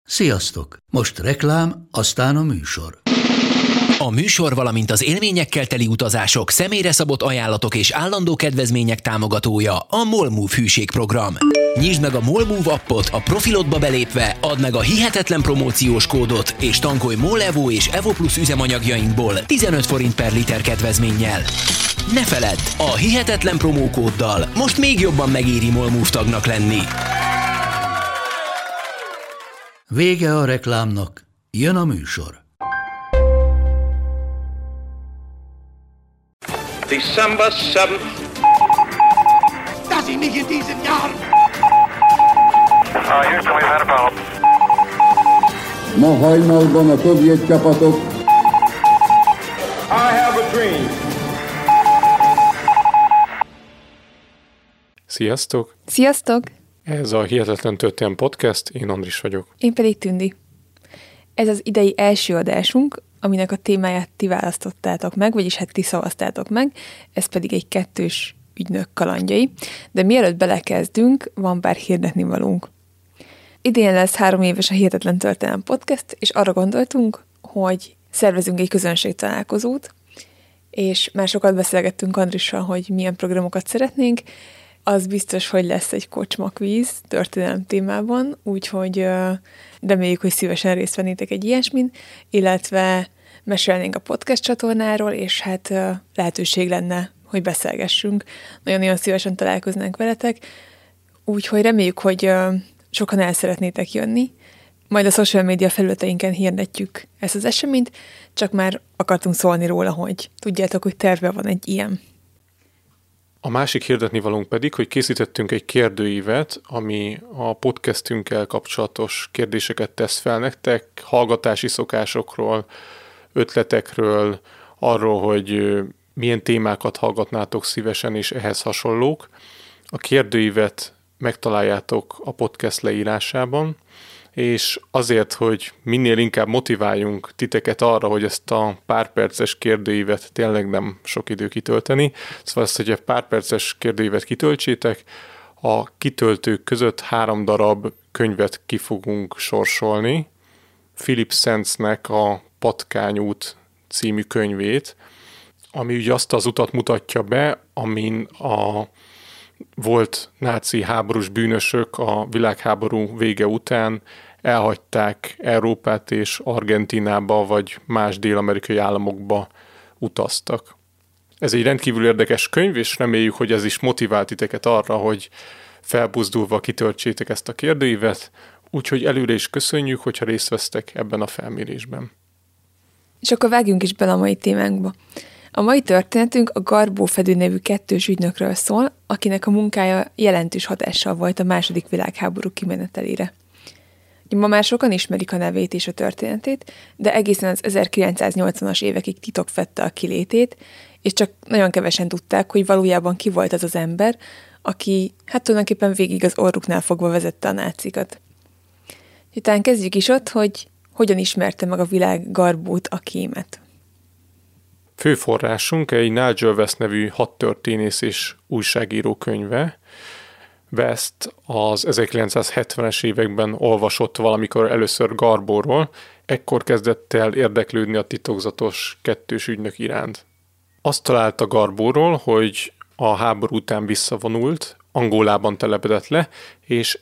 Sziasztok! Most reklám, aztán a műsor. A műsor, valamint az élményekkel teli utazások, személyre szabott ajánlatok és állandó kedvezmények támogatója a MOLMOVE hűségprogram. Nyisd meg a MOLMOVE appot, a profilodba belépve, add meg a hihetetlen promóciós kódot, és tankolj MOL Evo és Evo Plus üzemanyagjainkból 15 forint per liter kedvezménnyel. Ne feledd, a hihetetlen promókóddal most még jobban megéri MOLMOVE tagnak lenni. Vége a reklámnak, jön a műsor. December 7th. Das ist nicht in diesem Jahr. Houston, we've had a problem. Ma hajnalban a szovjet csapatok. I have a dream. Sziasztok! Sziasztok! Ez a Hihetetlen Történelem Podcast, én Andris vagyok. Én pedig Tündi. Ez az idei első adásunk, aminek a témáját ti választottátok meg, vagyis hát ti szavaztátok meg, ez pedig egy kettős ügynök kalandjai. De mielőtt belekezdünk, van pár hirdetnivalónk. Idén lesz 3 éves a Hihetetlen Történelem Podcast, és arra gondoltunk, hogy szervezünk egy közönségtalálkozót, és már sokat beszélgettünk Andrissal, hogy milyen programokat szeretnénk. Az biztos, hogy lesz egy kocsmakvíz történelem témában, úgyhogy reméljük, hogy szívesen részt vennétek egy ilyesmin, illetve mesélnénk a podcast csatornáról, és hát lehetőség lenne, hogy beszélgessünk. Nagyon-nagyon szívesen találkoznánk veletek, úgyhogy reméljük, hogy sokan el szeretnétek jönni. Majd a social media felületeinken hirdetjük ezt az eseményt, csak már akartunk szólni róla, hogy tudjátok, hogy terve van egy ilyen. A másik hirdetnivalónk pedig, hogy készítettünk egy kérdőívet, ami a podcastünkkel kapcsolatos kérdéseket tesz fel nektek, hallgatási szokásokról, ötletekről, arról, hogy milyen témákat hallgatnátok szívesen és ehhez hasonlók. A kérdőívet megtaláljátok a podcast leírásában, és azért, hogy minél inkább motiváljunk titeket arra, hogy ezt a pár perces kérdőívet tényleg nem sok idő kitölteni, szóval ezt, hogy a pár perces kérdőívet kitöltsétek, a kitöltők között 3 darab könyvet ki fogunk sorsolni. Philip Sandsnek a Patkányút című könyvét, ami ugye azt az utat mutatja be, amin a volt náci háborús bűnösök a világháború vége után elhagyták Európát és Argentínába vagy más dél-amerikai államokba utaztak. Ez egy rendkívül érdekes könyv, és reméljük, hogy ez is motivált titeket arra, hogy felbuzdulva kitöltsétek ezt a kérdőívet, úgyhogy előre is köszönjük, hogyha részt vesztek ebben a felmérésben. És akkor vágjunk is bele a mai témánkba. A mai történetünk a Garbó-Fedő nevű kettős ügynökről szól, akinek a munkája jelentős hatással volt a II. Világháború kimenetelére. Ma már sokan ismerik a nevét és a történetét, de egészen az 1980-as évekig titok fedte a kilétét, és csak nagyon kevesen tudták, hogy valójában ki volt az az ember, aki hát tulajdonképpen végig az orruknál fogva vezette a nácikat. Után kezdjük is ott, hogy hogyan ismerte meg a világ Garbót, a kémet. Főforrásunk egy Nigel West nevű hadtörténész és újságíró könyve. West az 1970-es években olvasott valamikor először Garbóról, ekkor kezdett el érdeklődni a titokzatos kettős ügynök iránt. Azt találta Garbóról, hogy a háború után visszavonult, Angolában telepedett le, és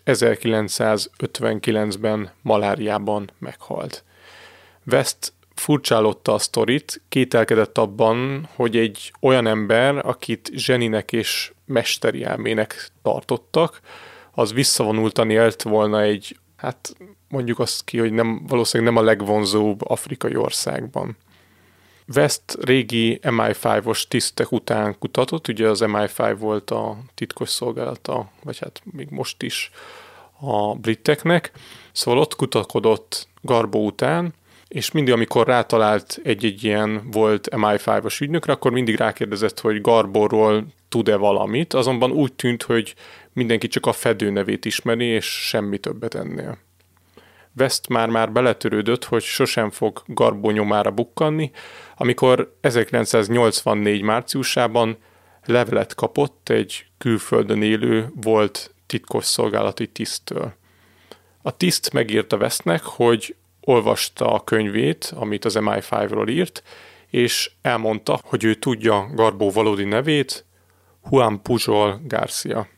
1959-ben maláriában meghalt. West furcsállotta a sztorit, kételkedett abban, hogy egy olyan ember, akit zseninek és mesteri elmének tartottak, az visszavonultan élt volna egy, hát mondjuk azt ki, hogy valószínűleg nem a legvonzóbb afrikai országban. West régi MI5-os tisztek után kutatott, ugye az MI5 volt a titkos szolgálata, vagy hát még most is a briteknek, szóval ott kutakodott Garbó után, és mindig, amikor rátalált egy ilyen volt MI5-os ügynökre, akkor mindig rákérdezett, hogy Garbóról tud-e valamit, azonban úgy tűnt, hogy mindenki csak a Fedő nevét ismeri, és semmi többet ennél. West már beletörődött, hogy sosem fog Garbó nyomára bukkanni, amikor 1984 márciusában levelet kapott egy külföldön élő volt titkosszolgálati tiszttől. A tiszt megírta Westnek, hogy olvasta a könyvét, amit az MI5-ról írt, és elmondta, hogy ő tudja Garbo valódi nevét, Juan Pujol Garcia.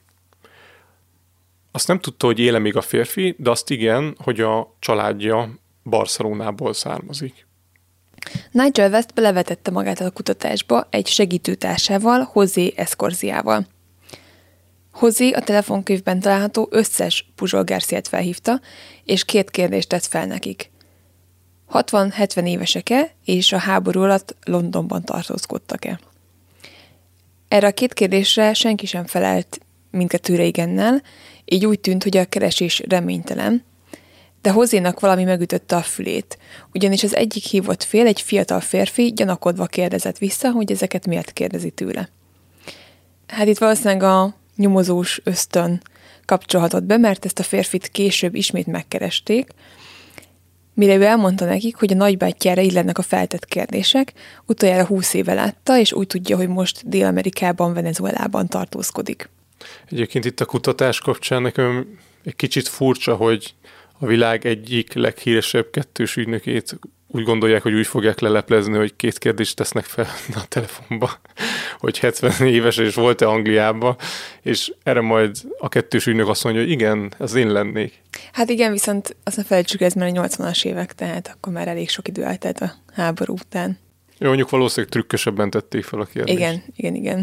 Azt nem tudta, hogy éle még a férfi, de azt igen, hogy a családja Barcelonából származik. Nigel West belevetette magát a kutatásba egy segítőtársával, José Escorziával. José a telefonkönyvben található összes Pujol Garciát felhívta, és 2 kérdést tett fel nekik. 60-70 évesek-e, és a háború alatt Londonban tartózkodtak-e? Erre a 2 kérdésre senki sem felelt mindkettőre igennel, így úgy tűnt, hogy a keresés reménytelen, de Josénak valami megütötte a fülét, ugyanis az egyik hívott fél, egy fiatal férfi gyanakodva kérdezett vissza, hogy ezeket miért kérdezi tőle. Hát itt valószínűleg a nyomozós ösztön kapcsolhatott be, mert ezt a férfit később ismét megkeresték, mire ő elmondta nekik, hogy a nagybátyjára illetnek a feltett kérdések, utoljára 20 éve látta, és úgy tudja, hogy most Dél-Amerikában, Venezuelában tartózkodik. Egyébként itt a kutatás kapcsán nekem egy kicsit furcsa, hogy a világ egyik leghíresebb kettős ügynökét úgy gondolják, hogy úgy fogják leleplezni, hogy 2 kérdést tesznek fel a telefonba, hogy 70 éves és volt-e Angliában, és erre majd a kettős ügynök azt mondja, hogy igen, ez én lennék. Hát igen, viszont azt ne felejtsük, ez már a 80-as évek, tehát akkor már elég sok idő eltelt a háború után. Jó, mondjuk valószínűleg trükkösebben tették fel a kérdést. Igen.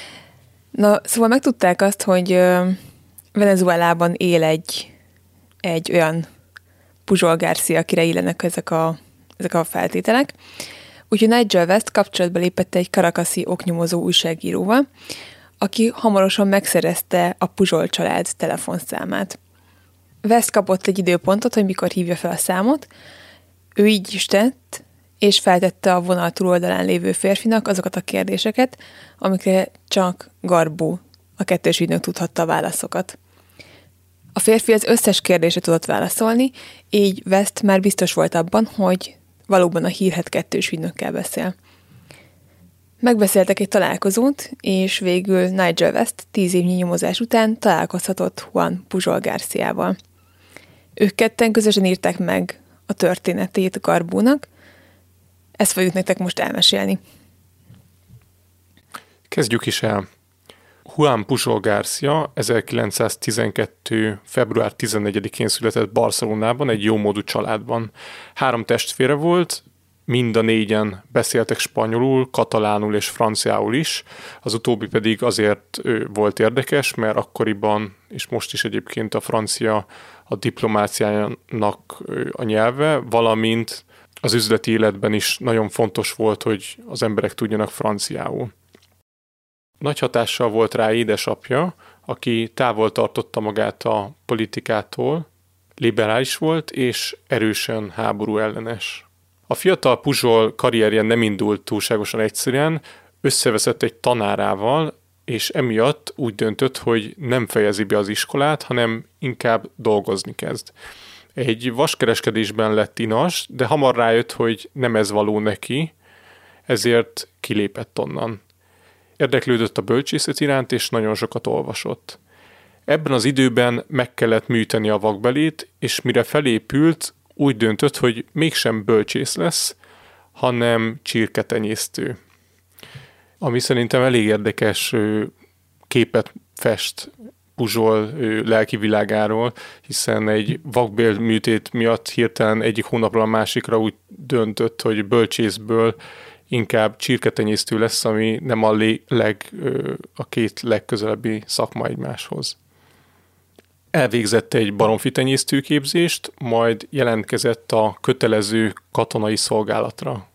Na, szóval megtudták azt, hogy Venezuelában él egy olyan Pujol Garcia, akire illenek ezek a feltételek. Úgyhogy Nigel West kapcsolatba lépett egy caracasi oknyomozó újságíróval, aki hamarosan megszerezte a Pujol család telefonszámát. West kapott egy időpontot, hogy mikor hívja fel a számot, ő így is tett, és feltette a vonal túloldalán lévő férfinak azokat a kérdéseket, amikre csak Garbo, a kettős ügynök tudhatta a válaszokat. A férfi az összes kérdésre tudott válaszolni, így West már biztos volt abban, hogy valóban a hírhedt kettős ügynökkel beszél. Megbeszéltek egy találkozót, és végül Nigel West 10 évnyi nyomozás után találkozhatott Juan Pujol Garciával. Ők ketten közösen írták meg a történetét Garbónak. Ezt fogjuk nektek most elmesélni. Kezdjük is el. Juan Pujol Garcia 1912. február 14-én született Barcelonában egy jómódú családban. 3 testvére volt, mind a 4-en beszéltek spanyolul, katalánul és franciául is, az utóbbi pedig azért volt érdekes, mert akkoriban, és most is egyébként a francia a diplomáciájának a nyelve, valamint az üzleti életben is nagyon fontos volt, hogy az emberek tudjanak franciául. Nagy hatással volt rá édesapja, aki távol tartotta magát a politikától, liberális volt és erősen háború ellenes. A fiatal Pujol karrierje nem indult túlságosan egyszerűen, összeveszett egy tanárával, és emiatt úgy döntött, hogy nem fejezi be az iskolát, hanem inkább dolgozni kezd. Egy vaskereskedésben lett inas, de hamar rájött, hogy nem ez való neki, ezért kilépett onnan. Érdeklődött a bölcsészet iránt, és nagyon sokat olvasott. Ebben az időben meg kellett műteni a vakbelét, és mire felépült, úgy döntött, hogy mégsem bölcsész lesz, hanem csirketenyésztő. Ami szerintem elég érdekes képet fest Pujol lelki világáról, hiszen egy vakbélműtét miatt hirtelen egyik hónapról a másikra úgy döntött, hogy bölcsészből inkább csirketenyésztő lesz, ami nem a 2 legközelebbi szakma egymáshoz. Elvégzett egy baromfi tenyésztőképzést, majd jelentkezett a kötelező katonai szolgálatra.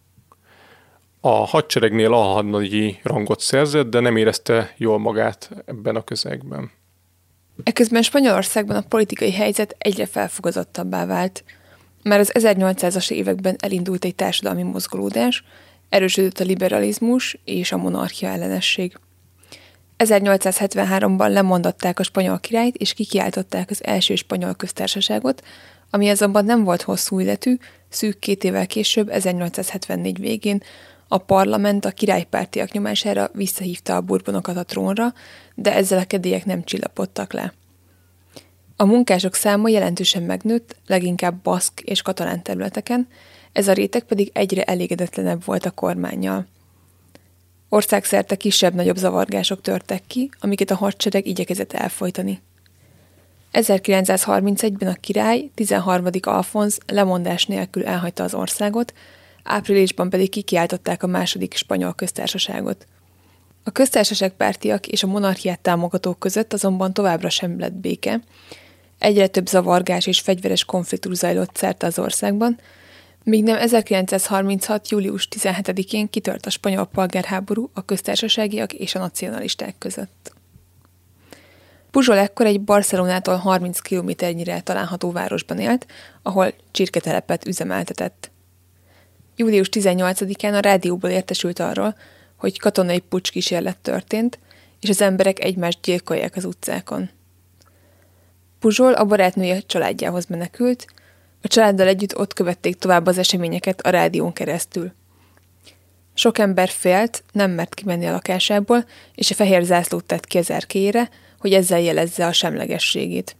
A hadseregnél alhadnagyi rangot szerzett, de nem érezte jól magát ebben a közegben. Eközben Spanyolországban a politikai helyzet egyre felfogozottabbá vált. Már az 1800-as években elindult egy társadalmi mozgolódás, erősödött a liberalizmus és a monarchia ellenesség. 1873-ban lemondatták a spanyol királyt, és kikiáltották az első spanyol köztársaságot, ami azonban nem volt hosszú életű, szűk 2 évvel később, 1874 végén a parlament a királypártiak nyomására visszahívta a Bourbonokat a trónra, de ezzel a kedélyek nem csillapodtak le. A munkások száma jelentősen megnőtt, leginkább baszk és katalán területeken, ez a réteg pedig egyre elégedetlenebb volt a kormánnyal. Országszerte kisebb-nagyobb zavargások törtek ki, amiket a hadsereg igyekezett elfojtani. 1931-ben a király, 13. Alfonz lemondás nélkül elhagyta az országot, áprilisban pedig kikiáltották a második spanyol köztársaságot. A köztársaságpártiak és a monarchiát támogatók között azonban továbbra sem lett béke. Egyre több zavargás és fegyveres konfliktus zajlott szerte az országban, míg nem 1936. július 17-én kitört a spanyol polgárháború a köztársaságiak és a nacionalisták között. Pujol ekkor egy Barcelonától 30 kilométernyire található városban élt, ahol csirketelepet üzemeltetett. Július 18-án a rádióból értesült arról, hogy katonai puccs kísérlet történt, és az emberek egymást gyilkolják az utcákon. Pujol a barátnője családjához menekült, a családdal együtt ott követték tovább az eseményeket a rádión keresztül. Sok ember félt, nem mert kimenni a lakásából, és a fehér zászlót tett ki az erkélyére, hogy ezzel jelezze a semlegességét.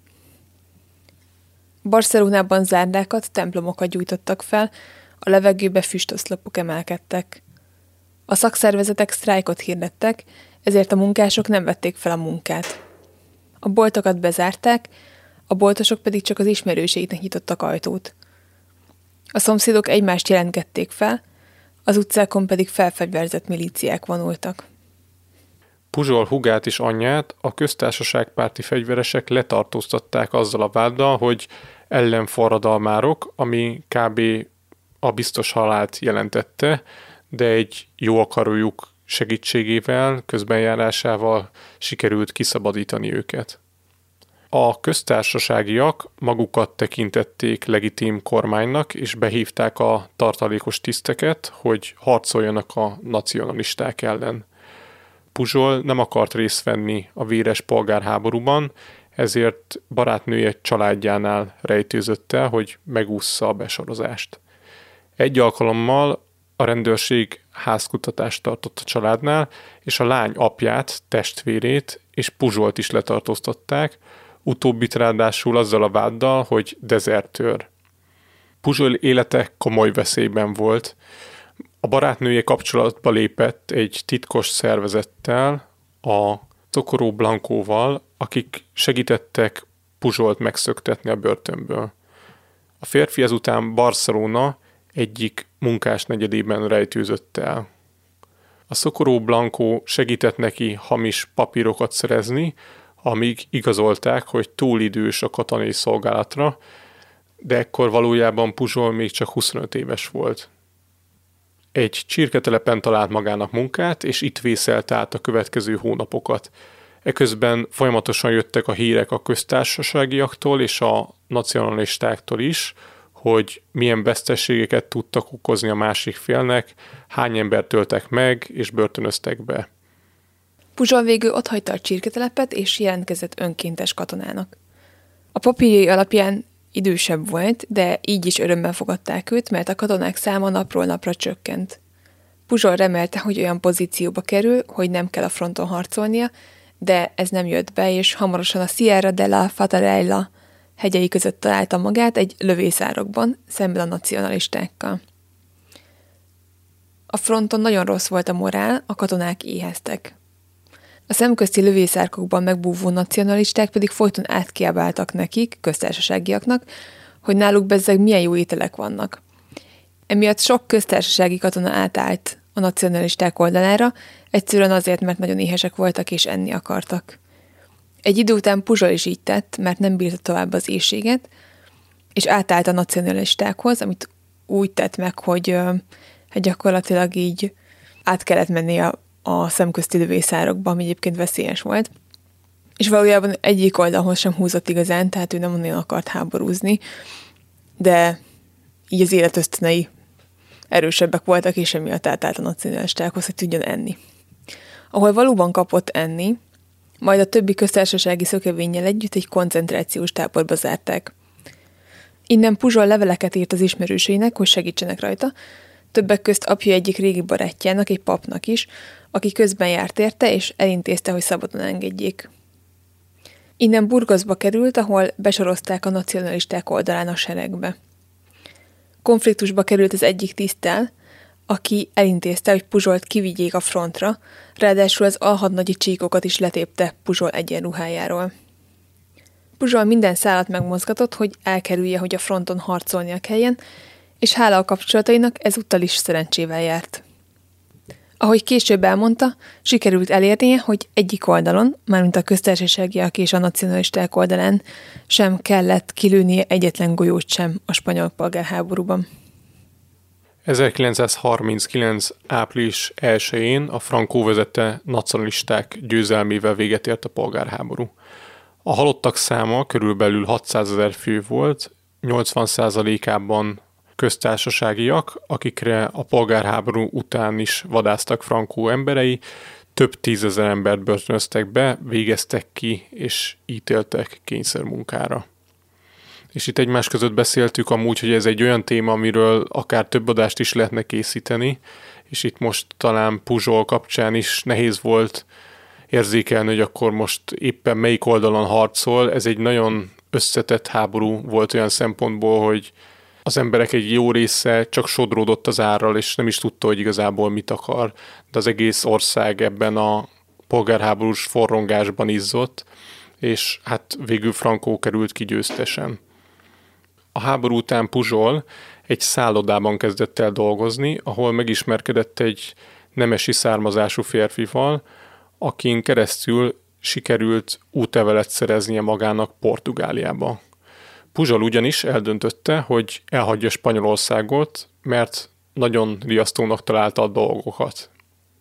Barcelonában zárdákat, templomokat gyújtottak fel, a levegőbe füstoszlopok emelkedtek. A szakszervezetek sztrájkot hirdettek, ezért a munkások nem vették fel a munkát. A boltokat bezárták, a boltosok pedig csak az ismerőseiknek nyitottak ajtót. A szomszédok egymást jelentgették fel, az utcákon pedig felfegyverzett milíciák vonultak. Pujol hugát és anyját a köztársaságpárti fegyveresek letartóztatták azzal a váddal, hogy ellenforradalmárok, ami kb. A biztos halált jelentette, de egy jó akarójuk segítségével, közbenjárásával sikerült kiszabadítani őket. A köztársaságiak magukat tekintették legitim kormánynak, és behívták a tartalékos tiszteket, hogy harcoljanak a nacionalisták ellen. Pujol nem akart részt venni a véres polgárháborúban, ezért barátnője családjánál rejtőzött el, hogy megússza a besorozást. Egy alkalommal a rendőrség házkutatást tartott a családnál, és a lány apját, testvérét és Pujolt is letartóztatták, utóbbit ráadásul azzal a váddal, hogy dezertőr. Pujol élete komoly veszélyben volt. A barátnője kapcsolatba lépett egy titkos szervezettel, a Socorro Blancóval, akik segítettek Pujolt megszöktetni a börtönből. A férfi ezután Barcelona egyik munkás negyedében rejtőzött el. A Socorro Blanco segített neki hamis papírokat szerezni, amíg igazolták, hogy túl idős a katonai szolgálatra, de ekkor valójában Pujol még csak 25 éves volt. Egy csirketelepen talált magának munkát, és itt vészelt át a következő hónapokat. Eközben folyamatosan jöttek a hírek a köztársaságiaktól és a nacionalistáktól is, hogy milyen veszteségeket tudtak okozni a másik félnek, hány embert öltek meg és börtönöztek be. Pujol végül otthagyta a csirketelepet és jelentkezett önkéntes katonának. A papírjai alapján idősebb volt, de így is örömmel fogadták őt, mert a katonák száma napról napra csökkent. Pujol remélte, hogy olyan pozícióba kerül, hogy nem kell a fronton harcolnia, de ez nem jött be, és hamarosan a Sierra de la Fatarella hegyei között találta magát egy lövészárokban, szemben a nacionalistákkal. A fronton nagyon rossz volt a morál, a katonák éheztek. A szemközti lövészárkokban megbúvó nacionalisták pedig folyton átkiabáltak nekik, köztársaságiaknak, hogy náluk bezzeg milyen jó ételek vannak. Emiatt sok köztársasági katona átállt a nacionalisták oldalára, egyszerűen azért, mert nagyon éhesek voltak és enni akartak. Egy idő után Pujol is így tett, mert nem bírta tovább az éhséget, és átállt a nacionalistákhoz, amit úgy tett meg, hogy gyakorlatilag így át kellett menni a szemközti lövészárokba, ami egyébként veszélyes volt. És valójában egyik oldalhoz sem húzott igazán, tehát ő nem onnan akart háborúzni, de így az életösztönei erősebbek voltak, és emiatt átállt a nacionalistákhoz, hogy tudjon enni. Ahol valóban kapott enni, majd a többi köztársasági szökevénnyel együtt egy koncentrációs táborba zárták. Innen Pujol leveleket írt az ismerőseinek, hogy segítsenek rajta, többek közt apja egyik régi barátjának, egy papnak is, aki közben járt érte, és elintézte, hogy szabadon engedjék. Innen Burgoszba került, ahol besorozták a nacionalisták oldalán a seregbe. Konfliktusba került az egyik tiszttel, aki elintézte, hogy Puzsolt kivigyék a frontra, ráadásul az alhadnagyi csíkokat is letépte Puzsol egyenruhájáról. Puzsol minden szálat megmozgatott, hogy elkerülje, hogy a fronton harcolnia kelljen, és hála a kapcsolatainak ezúttal is szerencsével járt. Ahogy később elmondta, sikerült elérnie, hogy egyik oldalon, mármint a köztársaságiak és a nacionalisták oldalán sem kellett kilőnie egyetlen golyót sem a spanyol polgárháborúban. 1939. április 1-én a Franco vezette nacionalisták győzelmével véget ért a polgárháború. A halottak száma körülbelül 600 000 fő volt, 80%-ában köztársaságiak, akikre a polgárháború után is vadáztak Franco emberei, több 10 000 embert börtönöztek be, végeztek ki és ítéltek kényszermunkára. És itt egymás között beszéltük amúgy, hogy ez egy olyan téma, amiről akár több adást is lehetne készíteni, és itt most talán Puzsol kapcsán is nehéz volt érzékelni, hogy akkor most éppen melyik oldalon harcol. Ez egy nagyon összetett háború volt olyan szempontból, hogy az emberek egy jó része csak sodródott az árral, és nem is tudta, hogy igazából mit akar, de az egész ország ebben a polgárháborús forrongásban izzott, és hát végül Franco került ki győztesen. A háború után Puzsol egy szállodában kezdett el dolgozni, ahol megismerkedett egy nemesi származású férfival, akin keresztül sikerült útlevelet szereznie magának Portugáliába. Puzsol ugyanis eldöntötte, hogy elhagyja Spanyolországot, mert nagyon riasztónak találta a dolgokat.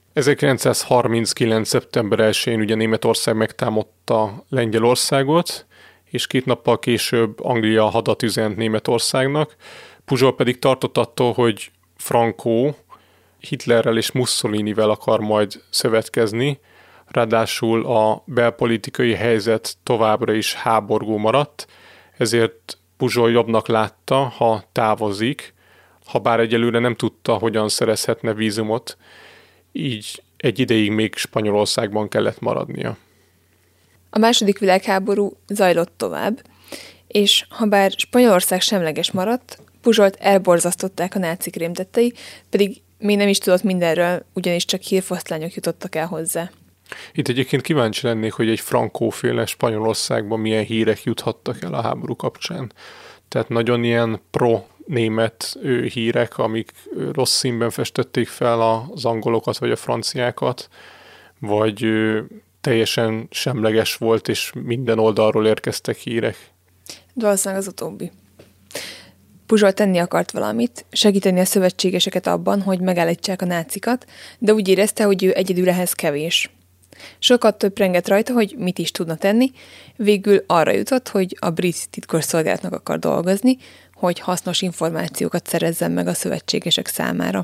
1939. szeptember 1-én ugye Németország megtámadta Lengyelországot, és 2 nappal később Anglia hadat üzent Németországnak. Puzsol pedig tartott attól, hogy Franco Hitlerrel és Mussolinivel akar majd szövetkezni, ráadásul a belpolitikai helyzet továbbra is háborgó maradt, ezért Puzsol jobbnak látta, ha távozik, ha bár egyelőre nem tudta, hogyan szerezhetne vízumot, így egy ideig még Spanyolországban kellett maradnia. A második világháború zajlott tovább, és ha bár Spanyolország semleges maradt, Puzsolt elborzasztották a nácik rémtettei, pedig még nem is tudott mindenről, ugyanis csak hírfoszlányok jutottak el hozzá. Itt egyébként kíváncsi lennék, hogy egy Franco-féle Spanyolországban milyen hírek juthattak el a háború kapcsán. Tehát nagyon ilyen pro-német hírek, amik rossz színben festették fel az angolokat vagy a franciákat, vagy teljesen semleges volt, és minden oldalról érkeztek hírek. Valószínűleg az utóbbi. Puzsol tenni akart valamit, segíteni a szövetségeseket abban, hogy megállítsák a nácikat, de úgy érezte, hogy ő egyedül ehhez kevés. Sokat töprengett rajta, hogy mit is tudna tenni, végül arra jutott, hogy a brit titkosszolgálatnak akar dolgozni, hogy hasznos információkat szerezzen meg a szövetségesek számára.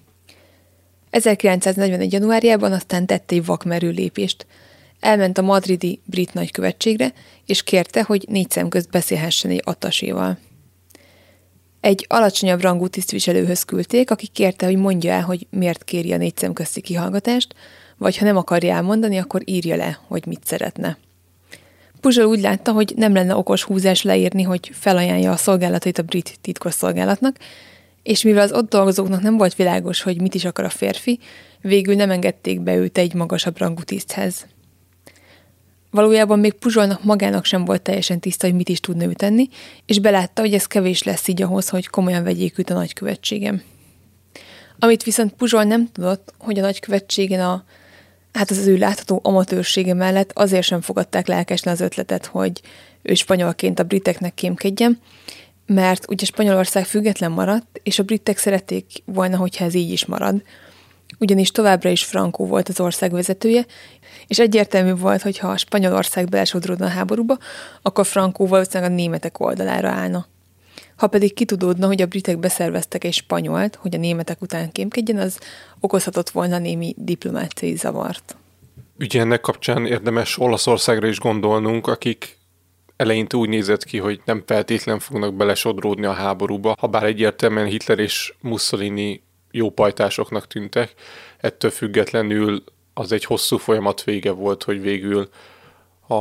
1941. januárjában aztán tett egy vakmerő lépést. Elment a madridi brit nagykövetségre, és kérte, hogy 4 szem közt beszélhessen egy attaséval. Egy alacsonyabb rangú tisztviselőhöz küldték, aki kérte, hogy mondja el, hogy miért kéri a 4 szem közti kihallgatást, vagy ha nem akarja elmondani, akkor írja le, hogy mit szeretne. Puzsol úgy látta, hogy nem lenne okos húzás leírni, hogy felajánlja a szolgálatait a brit titkosszolgálatnak, és mivel az ott dolgozóknak nem volt világos, hogy mit is akar a férfi, végül nem engedték be őt egy magasabb rangú tiszthez. Valójában még Puzsolnak magának sem volt teljesen tiszta, hogy mit is tudna ő tenni, és belátta, hogy ez kevés lesz így ahhoz, hogy komolyan vegyék őt a nagykövetségem. Amit viszont Puzsol nem tudott, hogy a nagykövetségen az ő látható amatőrsége mellett azért sem fogadták lelkesen az ötletet, hogy ő spanyolként a briteknek kémkedjen, mert ugye Spanyolország független maradt, és a britek szerették volna, hogyha ez így is marad. Ugyanis továbbra is Franco volt az ország vezetője, és egyértelmű volt, hogy ha Spanyolország belesodródna a háborúba, akkor Franco valószínűleg a németek oldalára állna. Ha pedig kitudódna, hogy a britek beszerveztek egy spanyolt, hogy a németek után kémkedjen, az okozhatott volna némi diplomáciai zavart. Ugye ennek kapcsán érdemes Olaszországra is gondolnunk, akik eleinte úgy nézett ki, hogy nem feltétlen fognak belesodródni a háborúba, habár egyértelműen Hitler és Mussolini jó pajtásoknak tűntek, ettől függetlenül az egy hosszú folyamat vége volt, hogy végül a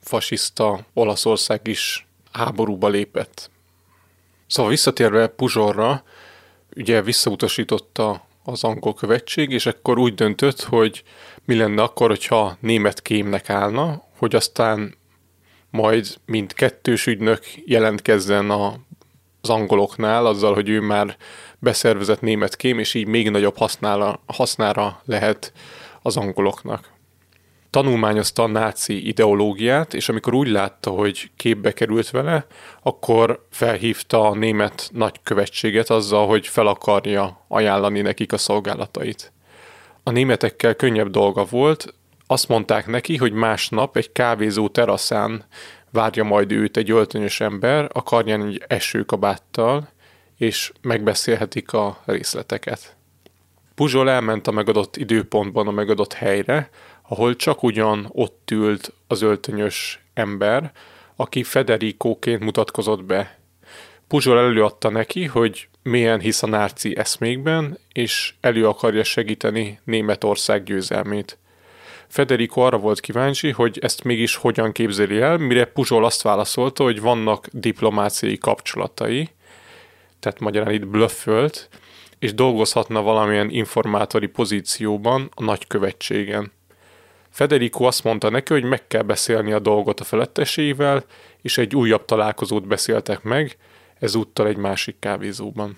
fasiszta Olaszország is háborúba lépett. Szóval visszatérve Puzsolra, ugye visszautasította az angol követség, és akkor úgy döntött, hogy mi lenne akkor, hogyha német kémnek állna, hogy aztán majd mint kettős ügynök jelentkezzen az angoloknál, azzal, hogy ő már beszervezett német kém, és így még nagyobb hasznára lehet az angoloknak. Tanulmányozta a náci ideológiát, és amikor úgy látta, hogy képbe került vele, akkor felhívta a német nagykövetséget azzal, hogy fel akarja ajánlani nekik a szolgálatait. A németekkel könnyebb dolga volt, azt mondták neki, hogy másnap egy kávézó teraszán várja majd őt egy öltönyös ember, a karján egy esőkabáttal, és megbeszélhetik a részleteket. Puzsol elment a megadott időpontban a megadott helyre, ahol csak ugyan ott ült az öltönyös ember, aki Federicóként mutatkozott be. Puzsol előadta neki, hogy mélyen hisz a náci eszmékben, és elő akarja segíteni Németország győzelmét. Federico arra volt kíváncsi, hogy ezt mégis hogyan képzeli el, mire Puzsol azt válaszolta, hogy vannak diplomáciai kapcsolatai, tehát magyarán itt blöffölt, és dolgozhatna valamilyen informátori pozícióban a nagykövetségen. Federico azt mondta neki, hogy meg kell beszélni a dolgot a felettesével, és egy újabb találkozót beszéltek meg, ezúttal egy másik kávézóban.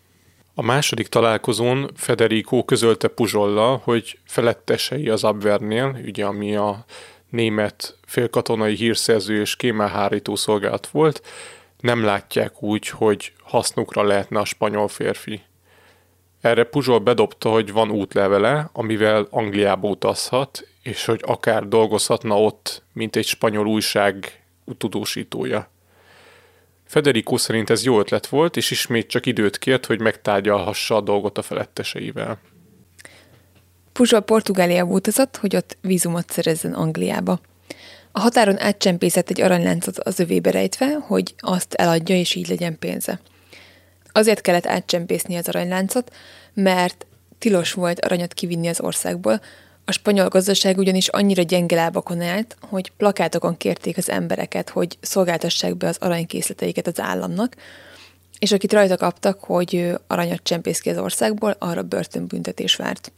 A második találkozón Federico közölte Puzsollal, hogy felettesei az Abwehrnél, ugye ami a német félkatonai hírszerző és kémelhárító szolgálat volt, nem látják úgy, hogy hasznukra lehetne a spanyol férfi. Erre Puzsol bedobta, hogy van útlevele, amivel Angliába utazhat, és hogy akár dolgozhatna ott, mint egy spanyol újság tudósítója. Federico szerint ez jó ötlet volt, és ismét csak időt kért, hogy megtárgyalhassa a dolgot a feletteseivel. Puzsol Portugáliába utazott, hogy ott vízumot szerezzen Angliába. A határon átcsempészett egy aranyláncot az övébe rejtve, hogy azt eladja, és így legyen pénze. Azért kellett átcsempészni az aranyláncot, mert tilos volt aranyat kivinni az országból, a spanyol gazdaság ugyanis annyira gyenge lábakon állt, hogy plakátokon kérték az embereket, hogy szolgáltassák be az aranykészleteiket az államnak, és akit rajta kaptak, hogy aranyat csempész ki az országból, arra börtönbüntetés várt.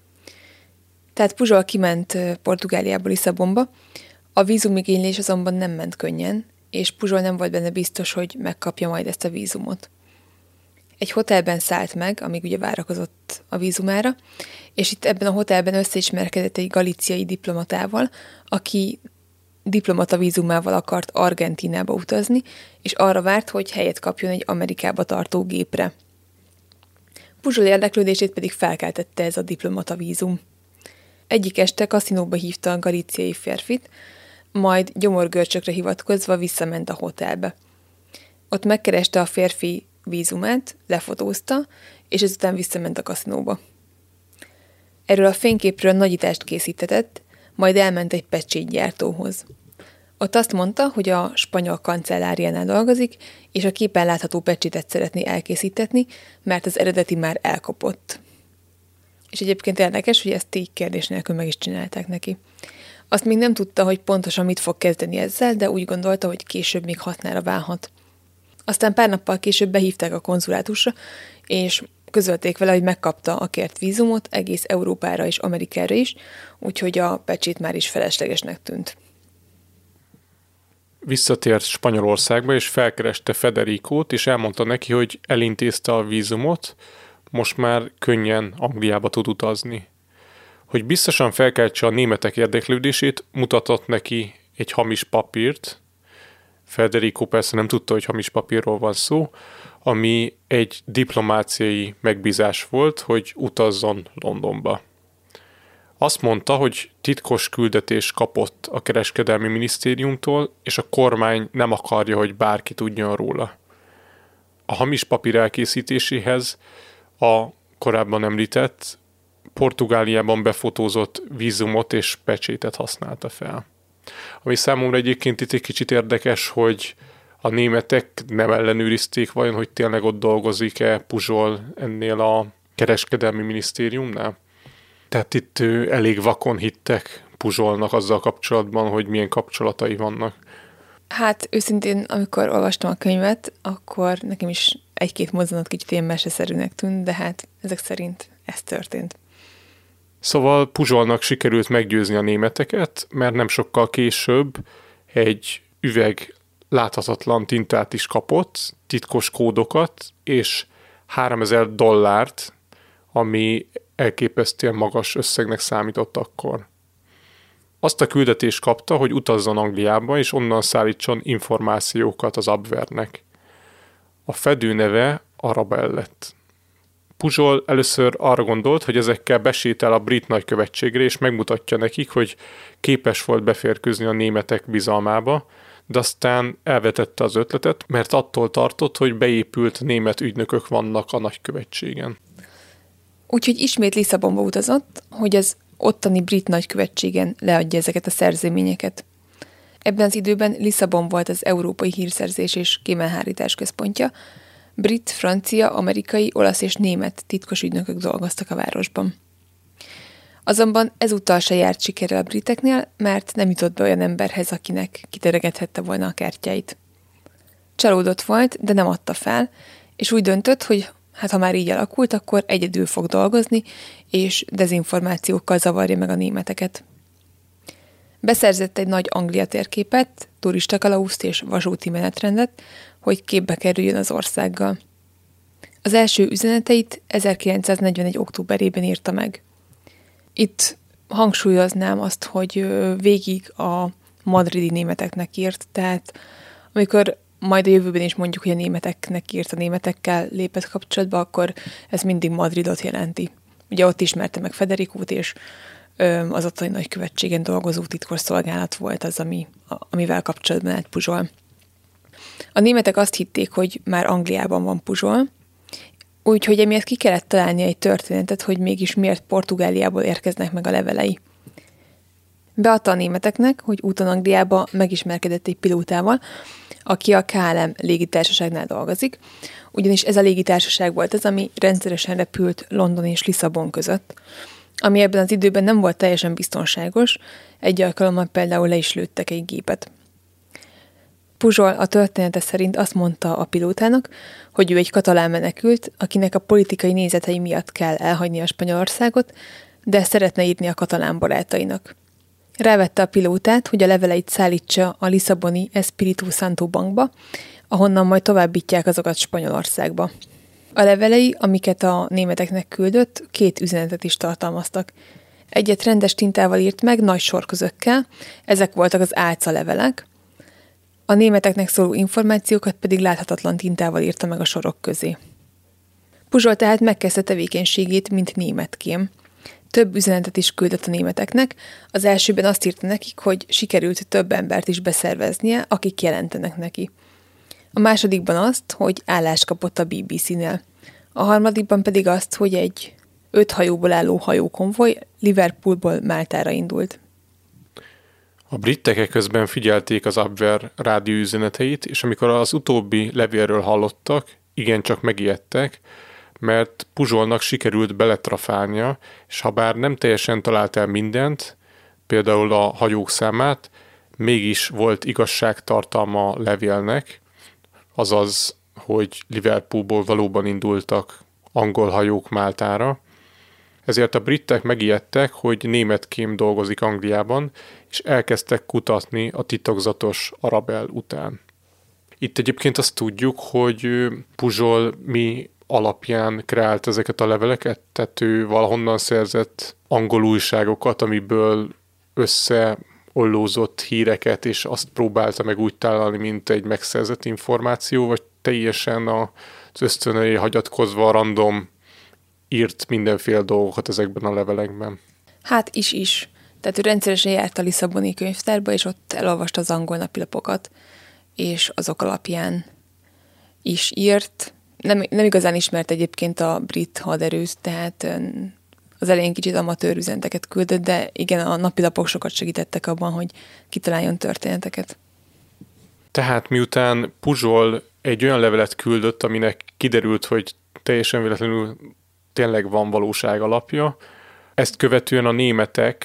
Tehát Puzsol kiment Portugáliából Lisszabonba, a vízumigénylés azonban nem ment könnyen, és Puzsol nem volt benne biztos, hogy megkapja majd ezt a vízumot. Egy hotelben szállt meg, amíg ugye várakozott a vízumára, és itt ebben a hotelben összeismerkedett egy galíciai diplomatával, aki diplomata vízumával akart Argentínába utazni, és arra várt, hogy helyet kapjon egy Amerikába tartó gépre. Puzsol érdeklődését pedig felkeltette ez a diplomata vízum. Egyik este kaszinóba hívta a galíciai férfit, majd gyomorgörcsökre hivatkozva visszament a hotelbe. Ott megkereste a férfi vízumát, lefotózta, és ezután visszament a kaszinóba. Erről a fényképről nagyítást készítetett, majd elment egy pecsétgyártóhoz. Ott azt mondta, hogy a spanyol kancelláriánál dolgozik, és a képen látható pecsétet szeretné elkészítetni, mert az eredeti már elkopott. És egyébként érdekes, hogy ezt így kérdés nélkül meg is csinálták neki. Azt még nem tudta, hogy pontosan mit fog kezdeni ezzel, de úgy gondolta, hogy később még hasznára válhat. Aztán pár nappal később behívták a konzulátusra, és közölték vele, hogy megkapta a kért vízumot egész Európára és Amerikára is, úgyhogy a pecsét már is feleslegesnek tűnt. Visszatért Spanyolországba, és felkereste Federicót, és elmondta neki, hogy elintézte a vízumot, most már könnyen Angliába tud utazni. Hogy biztosan felkeltse a németek érdeklődését, mutatott neki egy hamis papírt. Federico persze nem tudta, hogy hamis papírról van szó, ami egy diplomáciai megbízás volt, hogy utazzon Londonba. Azt mondta, hogy titkos küldetés kapott a kereskedelmi minisztériumtól, és a kormány nem akarja, hogy bárki tudjon róla. A hamis papír elkészítéséhez a korábban említett Portugáliában befotózott vízumot és pecsétet használta fel. Ami számomra egyébként itt egy kicsit érdekes, hogy a németek nem ellenőrizték vajon, hogy tényleg ott dolgozik-e Puzsol ennél a kereskedelmi minisztériumnál. Tehát itt elég vakon hittek Puzsolnak azzal kapcsolatban, hogy milyen kapcsolatai vannak? Hát őszintén, amikor olvastam a könyvet, akkor nekem is egy-két mozzanat kicsit ilyen meseszerűnek tűnt, de hát ezek szerint ez történt. Szóval Puzsolnak sikerült meggyőzni a németeket, mert nem sokkal később egy üveg láthatatlan tintát is kapott, titkos kódokat, és $3000, ami elképesztően magas összegnek számított akkor. Azt a küldetést kapta, hogy utazzon Angliába, és onnan szállítson információkat az Abwehrnek. A fedő neve Arabel lett. Puzsol először arra gondolt, hogy ezekkel besétál a brit nagykövetségre, és megmutatja nekik, hogy képes volt beférkőzni a németek bizalmába, de aztán elvetette az ötletet, mert attól tartott, hogy beépült német ügynökök vannak a nagykövetségen. Úgyhogy ismét Lisszabonba utazott, hogy az ottani brit nagykövetségen leadja ezeket a szerzeményeket. Ebben az időben Lisszabon volt az európai hírszerzés és kémelhárítás központja. Brit, francia, amerikai, olasz és német titkos ügynökök dolgoztak a városban. Azonban ezúttal se járt sikerrel a briteknél, mert nem jutott be olyan emberhez, akinek kiteregethette volna a kártyáit. Csalódott volt, de nem adta fel, és úgy döntött, hogy hát ha már így alakult, akkor egyedül fog dolgozni, és dezinformációkkal zavarja meg a németeket. Beszerzett egy nagy Anglia térképet, turistakalauzt és vasúti menetrendet, hogy képbe kerüljön az országgal. Az első üzeneteit 1941. októberében írta meg. Itt hangsúlyoznám azt, hogy végig a madridi németeknek írt, tehát amikor majd a jövőben is mondjuk, hogy a németeknek írt, a németekkel lépett kapcsolatba, akkor ez mindig Madridot jelenti. Ugye ott ismerte meg Federikót, és az ottani nagykövetségen dolgozó titkos szolgálat volt az, amivel kapcsolatban állt Puzsol. A németek azt hitték, hogy már Angliában van Puzsol, úgyhogy emiatt ki kellett találni egy történetet, hogy mégis miért Portugáliából érkeznek meg a levelei. Beadta a németeknek, hogy úton Angliába megismerkedett egy pilótával, aki a KLM légitársaságnál dolgozik, ugyanis ez a légitársaság volt az, ami rendszeresen repült London és Lisszabon között, ami ebben az időben nem volt teljesen biztonságos, egy alkalommal például le is lőttek egy gépet. Puzsol a története szerint azt mondta a pilótának, hogy ő egy katalán menekült, akinek a politikai nézetei miatt kell elhagyni a Spanyolországot, de szeretne írni a katalán barátainak. Rávette a pilótát, hogy a leveleit szállítsa a lisszaboni Espíritu Santo bankba, ahonnan majd továbbítják azokat Spanyolországba. A levelei, amiket a németeknek küldött, 2 üzenetet is tartalmaztak. Egyet rendes tintával írt meg, nagy sorközökkel, ezek voltak az álca levelek, a németeknek szóló információkat pedig láthatatlan tintával írta meg a sorok közé. Puzsol tehát megkezdte tevékenységét, mint németkém. Több üzenetet is küldött a németeknek, az elsőben azt írta nekik, hogy sikerült több embert is beszerveznie, akik jelentenek neki. A másodikban azt, hogy állást kapott a BBC-nél. A harmadikban pedig azt, hogy egy 5 hajóból álló hajókonvoj Liverpoolból Máltára indult. A britek közben figyelték az Abwehr rádióüzeneteit, és amikor az utóbbi levélről hallottak, igencsak megijedtek, mert Puzsolnak sikerült beletrafálnia, és ha bár nem teljesen talált el mindent, például a hajók számát, mégis volt igazságtartalma a levélnek, azaz, hogy Liverpoolból valóban indultak angol hajók Máltára. Ezért a britek megijedtek, hogy németkém dolgozik Angliában, és elkezdtek kutatni a titokzatos Arabel után. Itt egyébként azt tudjuk, hogy Puzsol mi alapján kreált ezeket a leveleket, tehát ő valahonnan szerzett angol újságokat, amiből összeollózott híreket, és azt próbálta meg úgy találni, mint egy megszerzett információ, vagy teljesen az ösztönei hagyatkozva random írt mindenféle dolgokat ezekben a levelekben. Hát is. Tehát ő rendszeresen járt a lisszaboni könyvtárba, és ott elolvasta az angol napilapokat, és azok alapján is írt. Nem igazán ismert egyébként a brit haderőt, tehát az elején kicsit amatőr üzeneteket küldött, de igen, a napilapok sokat segítettek abban, hogy kitaláljon történeteket. Tehát miután Puzsol egy olyan levelet küldött, aminek kiderült, hogy teljesen véletlenül tényleg van valóság alapja, ezt követően a németek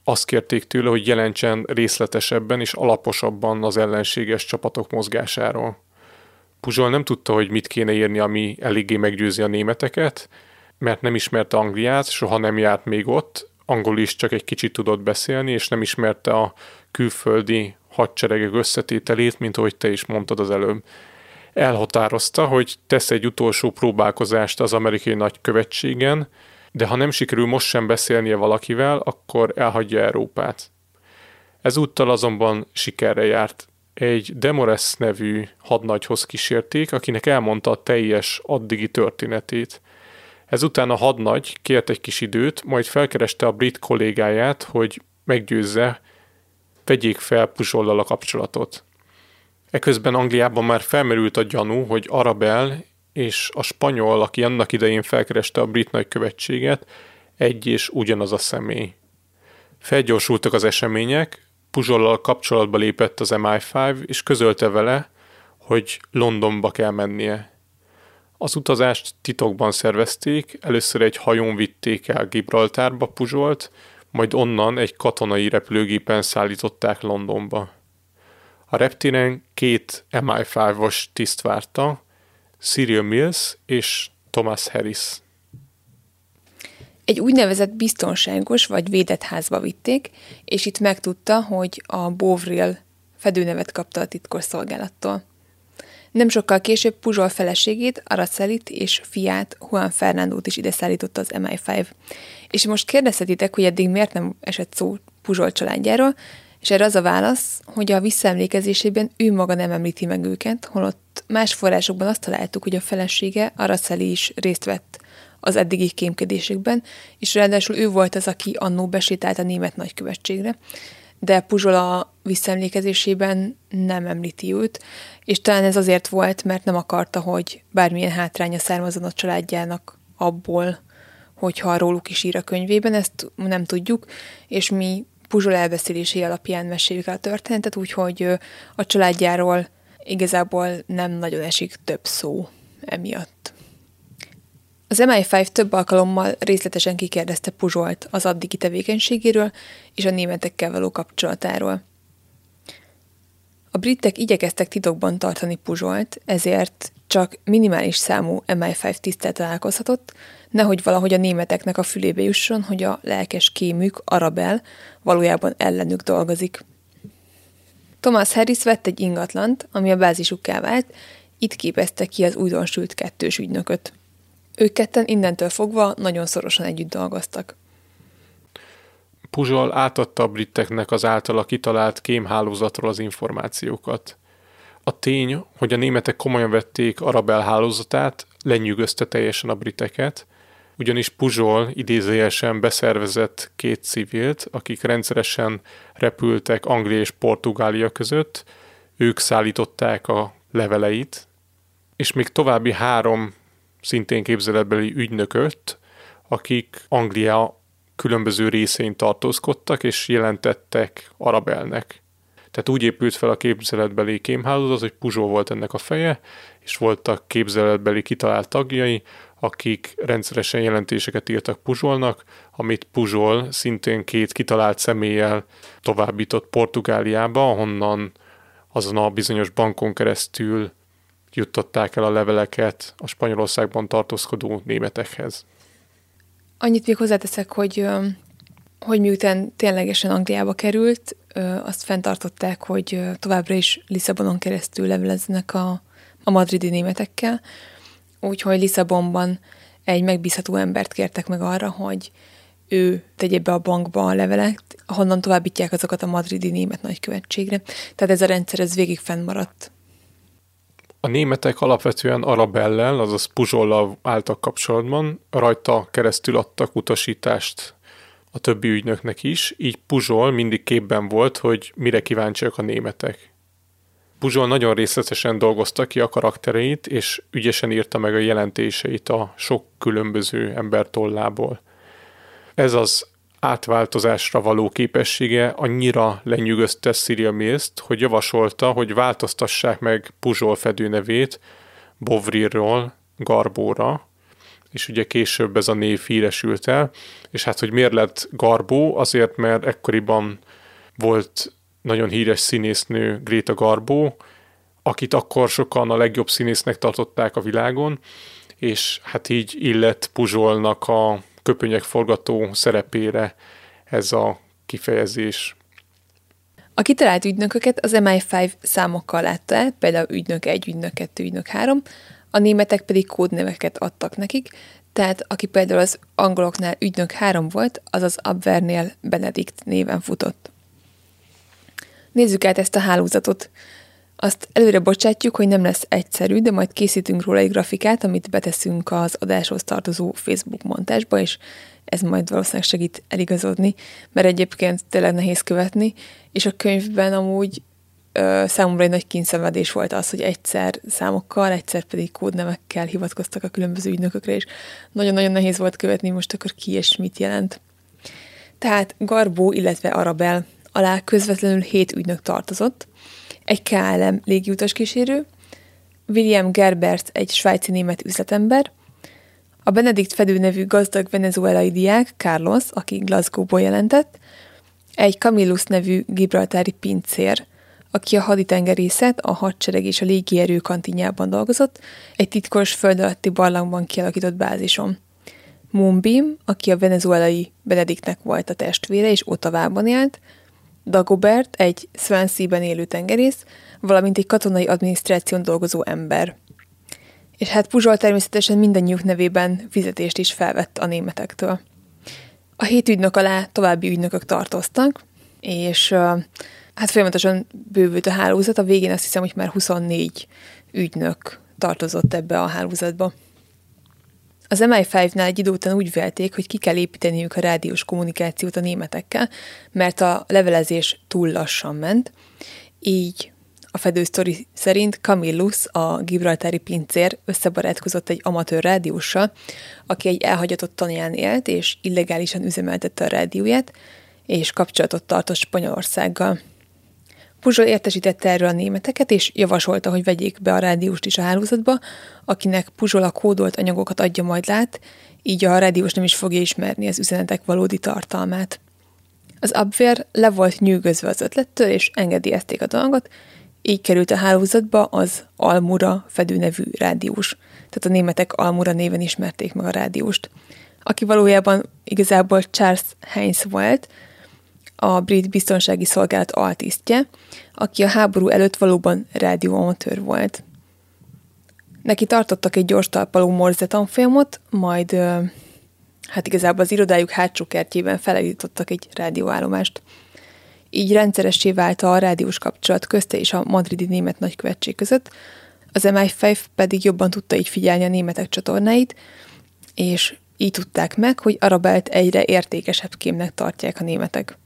azt kérték tőle, hogy jelentsen részletesebben és alaposabban az ellenséges csapatok mozgásáról. Pujol nem tudta, hogy mit kéne írni, ami eléggé meggyőzi a németeket, mert nem ismerte Angliát, soha nem járt még ott, angolul is csak egy kicsit tudott beszélni, és nem ismerte a külföldi hadseregek összetételét, mint ahogy te is mondtad az előbb. Elhatározta, hogy tesz egy utolsó próbálkozást az amerikai nagykövetségen, de ha nem sikerül most sem beszélnie valakivel, akkor elhagyja Európát. Ezúttal azonban sikerre járt. Egy Demoresz nevű hadnagyhoz kísérték, akinek elmondta a teljes addigi történetét. Ezután a hadnagy kért egy kis időt, majd felkereste a brit kollégáját, hogy meggyőzze, vegyék fel Pujollal a kapcsolatot. Eközben Angliában már felmerült a gyanú, hogy Arabel és a spanyol, aki annak idején felkereste a brit nagykövetséget, egy és ugyanaz a személy. Felgyorsultak az események, Pujollal kapcsolatba lépett az MI5, és közölte vele, hogy Londonba kell mennie. Az utazást titokban szervezték, először egy hajón vitték el Gibraltárba Pujolt, majd onnan egy katonai repülőgépen szállították Londonba. A reptéren 2 MI5-os tiszt várta, Cyril Mills és Thomas Harris. Egy úgynevezett biztonságos vagy védett házba vitték, és itt megtudta, hogy a Bovril fedőnevet kapta a titkos szolgálattól. Nem sokkal később Pujol feleségét, Aracelit és fiát, Juan Fernandót is ide szállította az MI5. És most kérdezhetitek, hogy eddig miért nem esett szó Pujol családjáról, és erre az a válasz, hogy a visszaemlékezésében ő maga nem említi meg őket, holott más forrásokban azt találtuk, hogy a felesége, Araceli is részt vett az eddigi kémkedésekben, és ráadásul ő volt az, aki annó besétált a német nagykövetségre, de Pujol a visszaemlékezésében nem említi őt, és talán ez azért volt, mert nem akarta, hogy bármilyen hátránya származzon a családjának abból, hogyha róluk is ír a könyvében, ezt nem tudjuk, és mi Pujol elbeszélései alapján meséljük el a történetet, úgyhogy a családjáról igazából nem nagyon esik több szó emiatt. Az MI5 több alkalommal részletesen kikérdezte Pujolt az addigi tevékenységéről és a németekkel való kapcsolatáról. A britek igyekeztek titokban tartani Pujolt, ezért csak minimális számú MI5 tiszttel találkozhatott, nehogy valahogy a németeknek a fülébe jusson, hogy a lelkes kémük, Arabel, valójában ellenük dolgozik. Thomas Harris vett egy ingatlant, ami a bázisukká vált, itt képezte ki az újdonsült kettős ügynököt. Ők ketten innentől fogva nagyon szorosan együtt dolgoztak. Pujol átadta a briteknek az általa kitalált kémhálózatról az információkat. A tény, hogy a németek komolyan vették Arabel hálózatát, lenyűgözte teljesen a briteket, ugyanis Pujol idézőjelesen beszervezett 2 civilt, akik rendszeresen repültek Anglia és Portugália között, ők szállították a leveleit, és még további 3 szintén képzeletbeli ügynököt, akik Anglia különböző részein tartózkodtak, és jelentettek Arabelnek. Tehát úgy épült fel a képzeletbeli kémhálózat, hogy Pujol volt ennek a feje, és voltak képzeletbeli kitalált tagjai, akik rendszeresen jelentéseket írtak Pujolnak, amit Pujol szintén 2 kitalált személlyel továbbított Portugáliába, ahonnan azon a bizonyos bankon keresztül juttatták el a leveleket a Spanyolországban tartózkodó németekhez. Annyit még hozzáteszek, hogy miután ténylegesen Angliába került, azt fenntartották, hogy továbbra is Lisszabonon keresztül leveleznek a madridi németekkel, úgyhogy Lisszabonban egy megbízható embert kértek meg arra, hogy ő tegye be a bankba a leveleket, ahonnan továbbítják azokat a madridi német nagykövetségre. Tehát ez a rendszer, ez végig fennmaradt. A németek alapvetően Arabellel, azaz Pujollal álltak kapcsolatban, rajta keresztül adtak utasítást a többi ügynöknek is, így Pujol mindig képben volt, hogy mire kíváncsiak a németek. Pujol nagyon részletesen dolgozta ki a karaktereit, és ügyesen írta meg a jelentéseit a sok különböző ember tollából. Ez az átváltozásra való képessége annyira lenyűgözte Cyril Mills-t, hogy javasolta, hogy változtassák meg Pujol fedőnevét Bovrilról Garbóra. és ugye később ez a név híresült el, és hát, hogy miért lett Garbo, azért, mert ekkoriban volt nagyon híres színésznő Greta Garbo, akit akkor sokan a legjobb színésznek tartották a világon, és hát így illett Puzsolnak a köpönyegforgató szerepére ez a kifejezés. A kitalált ügynököket az MI5 számokkal látta el, például ügynök 1, ügynök 2, ügynök 3, a németek pedig kódneveket adtak nekik, tehát aki például az angoloknál ügynök 3 volt, az az Abwehrnél Benedikt néven futott. Nézzük át ezt a hálózatot. Azt előre bocsátjuk, hogy nem lesz egyszerű, de majd készítünk róla egy grafikát, amit beteszünk az adáshoz tartozó Facebook montásba, és ez majd valószínűleg segít eligazodni, mert egyébként tényleg nehéz követni, és a könyvben amúgy számomra egy nagy kényszenvedés volt az, hogy egyszer számokkal, egyszer pedig kódnevekkel hivatkoztak a különböző ügynökökre, és nagyon-nagyon nehéz volt követni, most akkor ki és mit jelent. Tehát Garbo, illetve Arabel alá közvetlenül 7 ügynök tartozott, egy KLM légiutaskísérő, William Gerbert egy svájci-német üzletember, a Benedikt Fedő nevű gazdag venezuelai diák, Carlos, aki Glasgow-ból jelentett, egy Camillus nevű gibraltári pincér, aki a haditengerészet, a hadsereg és a légierő kantinjában dolgozott, egy titkos föld alatti barlangban kialakított bázison. Moonbeam, aki a Benediktnek volt a testvére és Ottawában élt, Dagobert, egy Swansea-ben élő tengerész, valamint egy katonai adminisztráción dolgozó ember. És hát Puzsol természetesen mindannyiuk nevében fizetést is felvett a németektől. A 7 ügynök alá további ügynökök tartoztak, és hát folyamatosan bővült a hálózat, a végén azt hiszem, hogy már 24 ügynök tartozott ebbe a hálózatba. Az MI5-nál egy idő után úgy vélték, hogy ki kell építeniük a rádiós kommunikációt a németekkel, mert a levelezés túl lassan ment, így a fedősztori szerint Camillus, a gibraltári pincér összebarátkozott egy amatőr rádióssal, aki egy elhagyatott tanján élt, és illegálisan üzemeltette a rádióját, és kapcsolatot tartott Spanyolországgal. Puzsol értesítette erről a németeket, és javasolta, hogy vegyék be a rádióst is a hálózatba, akinek Puzsol a kódolt anyagokat adja majd lát, így a rádiós nem is fogja ismerni az üzenetek valódi tartalmát. Az Abwehr le volt nyűgözve az ötlettől, és engedélyezték a dolgot, így került a hálózatba az Almura Fedő nevű rádiós. Tehát a németek Almura néven ismerték meg a rádióst. Aki valójában igazából Charles Heinz volt, a brit biztonsági szolgálat altisztje, aki a háború előtt valóban rádióamatőr volt. Neki tartottak egy gyors talpaló Morse tanfolyamot, majd hát igazából az irodájuk hátsó kertjében felállítottak egy rádióállomást. Így rendszeressé vált a rádiós kapcsolat közte és a madridi német nagykövetség között, az MI5 pedig jobban tudta így figyelni a németek csatornáit, és így tudták meg, hogy Arabelt egyre értékesebb kémnek tartják a németek.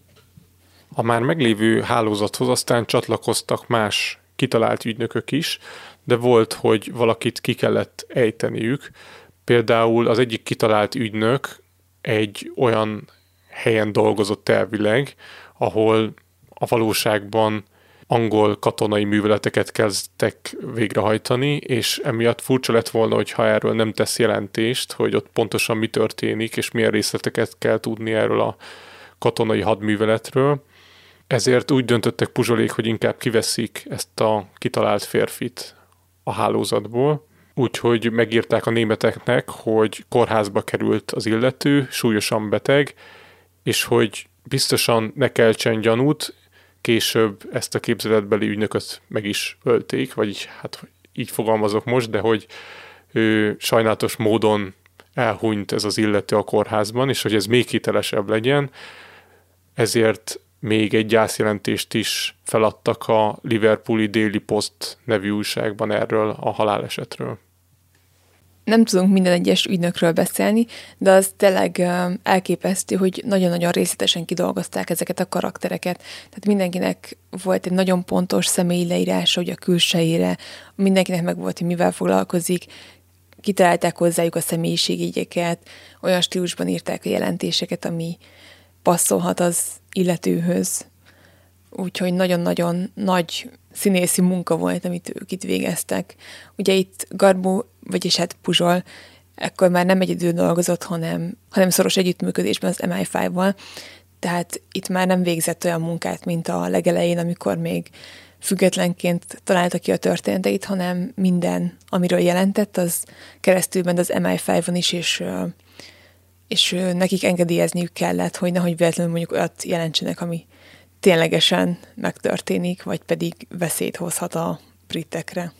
A már meglévő hálózathoz aztán csatlakoztak más kitalált ügynökök is, de volt, hogy valakit ki kellett ejteniük. Például az egyik kitalált ügynök egy olyan helyen dolgozott elvileg, ahol a valóságban angol katonai műveleteket kezdtek végrehajtani, és emiatt furcsa lett volna, hogyha erről nem tesz jelentést, hogy ott pontosan mi történik, és milyen részleteket kell tudni erről a katonai hadműveletről. Ezért úgy döntöttek Puzsolék, hogy inkább kiveszik ezt a kitalált férfit a hálózatból, úgyhogy megírták a németeknek, hogy kórházba került az illető, súlyosan beteg, és hogy biztosan ne keltsen gyanút, később ezt a képzeletbeli ügynököt meg is ölték, vagyis hát így fogalmazok most, de hogy sajnálatos módon elhunyt ez az illető a kórházban, és hogy ez még hitelesebb legyen, ezért még egy gyászjelentést is feladtak a Liverpooli Daily Post nevű újságban erről a halálesetről. Nem tudunk minden egyes ügynökről beszélni, de az tényleg elképesztő, hogy nagyon-nagyon részletesen kidolgozták ezeket a karaktereket. Tehát mindenkinek volt egy nagyon pontos személyi leírása, hogy a külsejére, mindenkinek meg volt, hogy mivel foglalkozik, kitalálták hozzájuk a személyiségjegyeket, olyan stílusban írták a jelentéseket, ami passzolhat az illetőhöz. Úgyhogy nagyon-nagyon nagy színészi munka volt, amit ők itt végeztek. Ugye itt Garbo, vagyis hát Puzsol ekkor már nem egyedül dolgozott, hanem szoros együttműködésben az MI5-val, tehát itt már nem végzett olyan munkát, mint a legelején, amikor még függetlenként találta ki a történeteit, hanem minden, amiről jelentett, az keresztül ment az MI5-on is, és nekik engedélyezniük kellett, hogy nehogy véletlenül mondjuk olyat jelentsenek, ami ténylegesen megtörténik, vagy pedig veszélyt hozhat a britekre.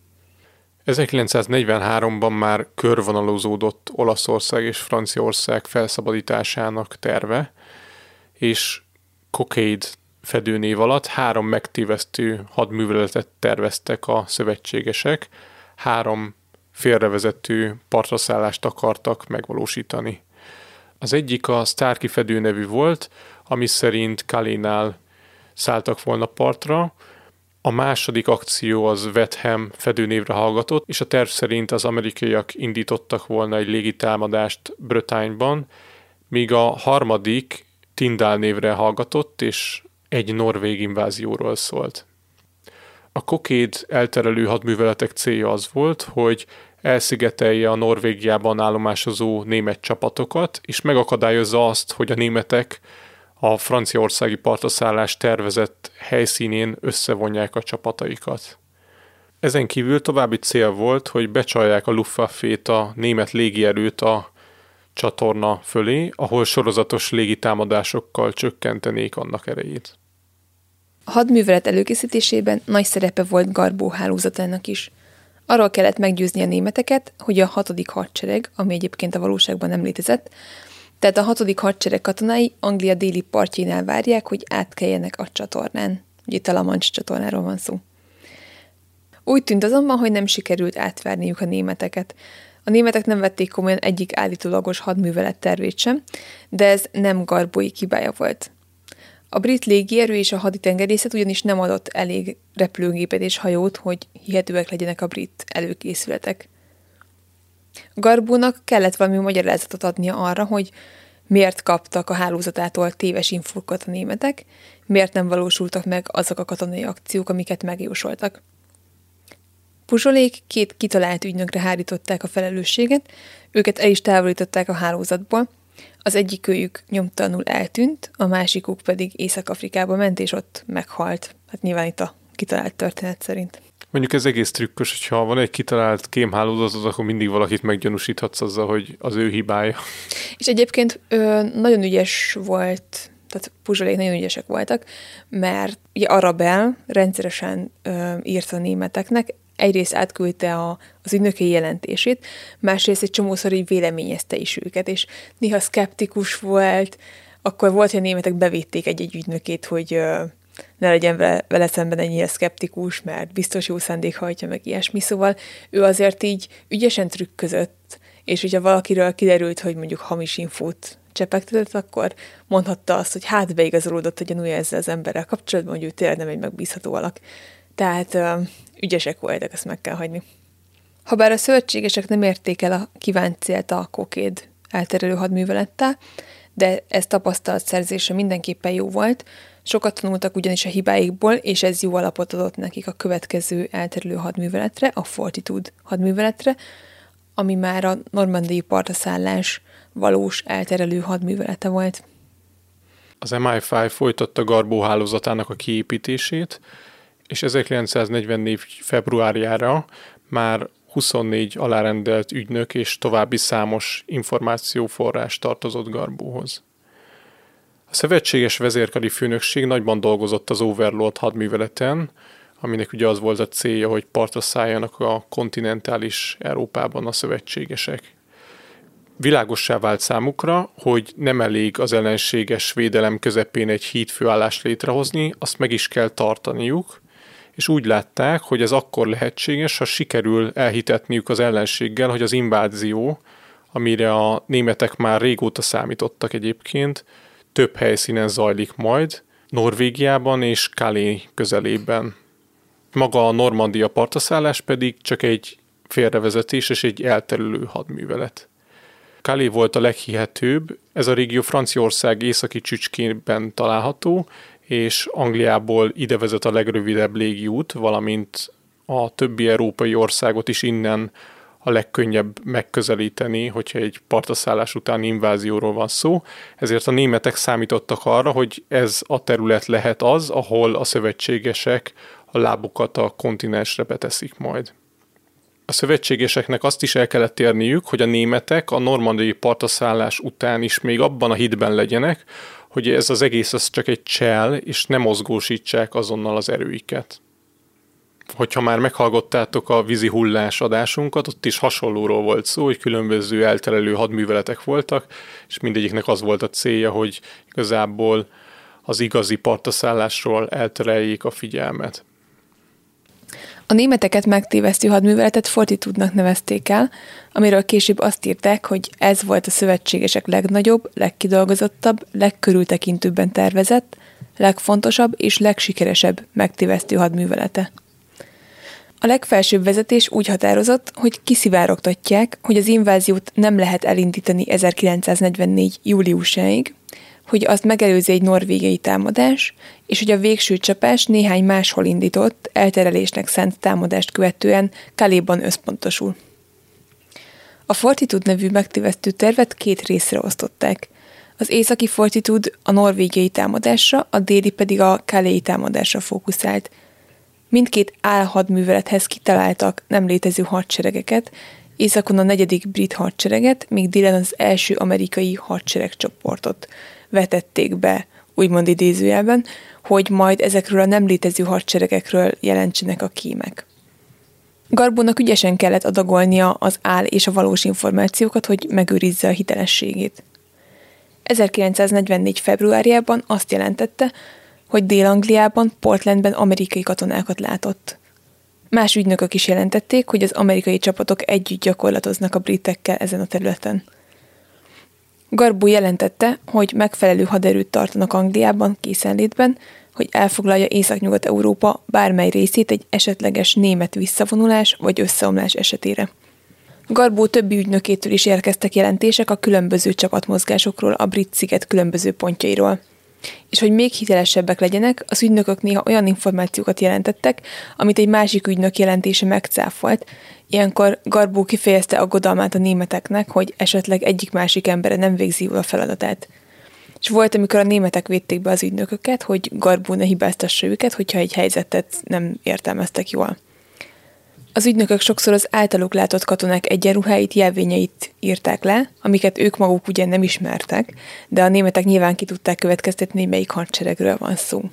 1943-ban már körvonalozódott Olaszország és Franciaország felszabadításának terve, és Cockade fedőnév alatt 3 megtévesztő hadműveletet terveztek a szövetségesek, 3 félrevezető partraszállást akartak megvalósítani. Az egyik a Starkey fedő nevű volt, ami szerint Calais-nál szálltak volna partra, a második akció az Wetham fedőnévre hallgatott, és a terv szerint az amerikaiak indítottak volna egy légitámadást Bretagne-ban, míg a harmadik Tyndall névre hallgatott, és egy norvég invázióról szólt. A Cockade elterelő hadműveletek célja az volt, hogy elszigetelje a Norvégiában állomásozó német csapatokat, és megakadályozza azt, hogy a németek a franciaországi partraszállás tervezett helyszínén összevonják a csapataikat. Ezen kívül további cél volt, hogy becsalják a Luftwaffe-t, a német légierőt a csatorna fölé, ahol sorozatos légitámadásokkal csökkentenék annak erejét. A hadművelet előkészítésében nagy szerepe volt Garbó hálózatának is. Arról kellett meggyőzni a németeket, hogy a 6. hadsereg, ami egyébként a valóságban nem létezett, tehát a 6. hadsereg katonái Anglia déli partjainál várják, hogy átkeljenek a csatornán. Ugye itt a La Manche csatornáról van szó. Úgy tűnt azonban, hogy nem sikerült átverniük a németeket. A németek nem vették komolyan egyik állítólagos hadművelet tervét sem, de ez nem Garbói hibája volt. A brit légierő és a haditengerészet ugyanis nem adott elég repülőgépet és hajót, hogy hihetőek legyenek a brit előkészületek. Garbónak kellett valami magyarázatot adnia arra, hogy miért kaptak a hálózatától téves infókat a németek, miért nem valósultak meg azok a katonai akciók, amiket megjósoltak. Puzsolék 2 kitalált ügynökre hárították a felelősséget, őket el is távolították a hálózatból, az egyikőjük nyomtalanul eltűnt, a másikuk pedig Észak-Afrikába ment, és ott meghalt. Hát nyilván itt a kitalált történet szerint. Mondjuk ez egész trükkös, hogyha van egy kitalált kémhálózatod, akkor mindig valakit meggyanúsíthatsz azzal, hogy az ő hibája. És egyébként nagyon ügyes volt, tehát Puzsolék nagyon ügyesek voltak, mert ugye Arabel rendszeresen írt a németeknek, egyrészt átküldte az ügynöki jelentését, másrészt egy csomószor így véleményezte is őket, és néha szkeptikus volt, akkor volt, hogy a németek bevédték egy ügynökét, hogy ne legyen vele szemben ennyire szkeptikus, mert biztos jó szándék hajtja meg ilyesmi, szóval ő azért így ügyesen trükközött, és hogyha valakiről kiderült, hogy mondjuk hamis infót csepegtetett, akkor mondhatta azt, hogy hát beigazolódott a gyanúja ezzel az emberrel kapcsolatban, hogy ő tényleg nem egy megbízható alak. Tehát ügyesek voltak, ezt meg kell hagyni. Habár a szövetségesek nem érték el a kívánt célt a Cockade elterelő hadművelettel, de ez tapasztalatszerzése mindenképpen jó volt, sokat tanultak ugyanis a hibáikból, és ez jó alapot adott nekik a következő elterelő hadműveletre, a Fortitude hadműveletre, ami már a normandiai partraszállás valós elterelő hadművelete volt. Az MI5 folytatta Garbó hálózatának a kiépítését, és 1944. februárjára már 24 alárendelt ügynök és további számos információforrás tartozott Garbóhoz. A szövetséges vezérkari főnökség nagyban dolgozott az Overlord hadműveleten, aminek ugye az volt a célja, hogy partra szálljanak a kontinentális Európában a szövetségesek. Világossá vált számukra, hogy nem elég az ellenséges védelem közepén egy hídfőállást létrehozni, azt meg is kell tartaniuk, és úgy látták, hogy ez akkor lehetséges, ha sikerül elhitetniük az ellenséggel, hogy az invázió, amire a németek már régóta számítottak egyébként, több helyszínen zajlik majd, Norvégiában és Calais közelében. Maga a Normandia partraszállás pedig csak egy félrevezetés és egy elterülő hadművelet. Calais volt a leghihetőbb, ez a régió Franciaország északi csücskében található, és Angliából ide vezet a legrövidebb légiút, valamint a többi európai országot is innen a legkönnyebb megközelíteni, hogyha egy partraszállás utáni invázióról van szó. Ezért a németek számítottak arra, hogy ez a terület lehet az, ahol a szövetségesek a lábukat a kontinensre beteszik majd. A szövetségeseknek azt is el kellett érniük, hogy a németek a normandiai partraszállás után is még abban a hitben legyenek, hogy ez az egész az csak egy csel, és nem mozgósítsák azonnal az erőiket. Hogyha már meghallgattátok a vízi hullás adásunkat, ott is hasonlóról volt szó, hogy különböző elterelő hadműveletek voltak, és mindegyiknek az volt a célja, hogy igazából az igazi partraszállásról eltereljék a figyelmet. A németeket megtévesztő hadműveletet Fortitude-nak nevezték el, amiről később azt írták, hogy ez volt a szövetségesek legnagyobb, legkidolgozottabb, legkörültekintőbben tervezett, legfontosabb és legsikeresebb megtévesztő hadművelete. A legfelsőbb vezetés úgy határozott, hogy kiszivárogtatják, hogy az inváziót nem lehet elindítani 1944. júliusáig, hogy azt megelőzi egy norvégiai támadás, és hogy a végső csapás néhány máshol indított, elterelésnek szánt támadást követően Calais-ban összpontosul. A Fortitude nevű megtévesztő tervet 2 részre osztották. Az északi Fortitude a norvégiai támadásra, a déli pedig a Calais-i támadásra fókuszált. Mindkét álhadművelethez kitaláltak nem létező hadseregeket, északon a 4. brit hadsereget, míg délen az első amerikai hadseregcsoportot vetették be, úgymond idézőjelben, hogy majd ezekről a nem létező hadseregekről jelentsenek a kémek. Garbónak ügyesen kellett adagolnia az áll és a valós információkat, hogy megőrizze a hitelességét. 1944. februárjában azt jelentette, hogy Dél-Angliában, Portlandben amerikai katonákat látott. Más ügynökök is jelentették, hogy az amerikai csapatok együtt gyakorlatoznak a britekkel ezen a területen. Garbó jelentette, hogy megfelelő haderőt tartanak Angliában készenlétben, hogy elfoglalja Északnyugat-Európa bármely részét egy esetleges német visszavonulás vagy összeomlás esetére. Garbó többi ügynökétől is érkeztek jelentések a különböző csapatmozgásokról a brit sziget különböző pontjairól. És hogy még hitelesebbek legyenek, az ügynökök néha olyan információkat jelentettek, amit egy másik ügynök jelentése megcáfolt. Ilyenkor Garbó kifejezte aggodalmát a németeknek, hogy esetleg egyik-másik embere nem végzi jól a feladatát. És volt, amikor a németek védték be az ügynököket, hogy Garbó ne hibáztassa őket, hogyha egy helyzetet nem értelmeztek jól. Az ügynökök sokszor az általuk látott katonák egyenruháit, jelvényeit írták le, amiket ők maguk ugyan nem ismertek, de a németek nyilván ki tudták következtetni, hogy melyik hadseregről van szó.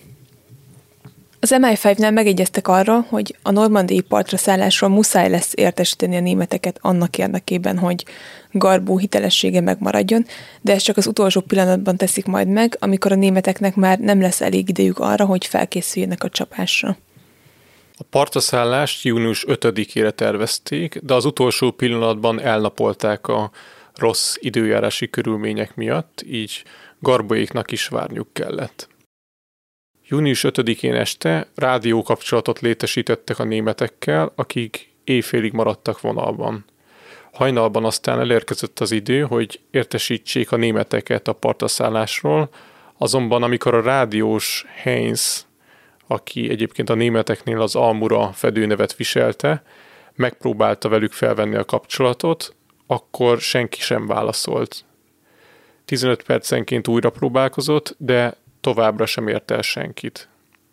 Az MI5-nál megegyeztek arra, hogy a normandiai partra szállásról muszáj lesz értesíteni a németeket annak érdekében, hogy Garbó hitelessége megmaradjon, de ezt csak az utolsó pillanatban teszik majd meg, amikor a németeknek már nem lesz elég idejük arra, hogy felkészüljenek a csapásra. A partraszállást június 5-ére tervezték, de az utolsó pillanatban elnapolták a rossz időjárási körülmények miatt, így Garbóéknak is várniuk kellett. Június 5-én este rádiókapcsolatot létesítettek a németekkel, akik éjfélig maradtak vonalban. Hajnalban aztán elérkezett az idő, hogy értesítsék a németeket a partraszállásról, azonban amikor a rádiós Heinz, aki egyébként a németeknél az Almura fedőnevet viselte, megpróbálta velük felvenni a kapcsolatot, akkor senki sem válaszolt. 15 percenként újra próbálkozott, de továbbra sem ért el senkit.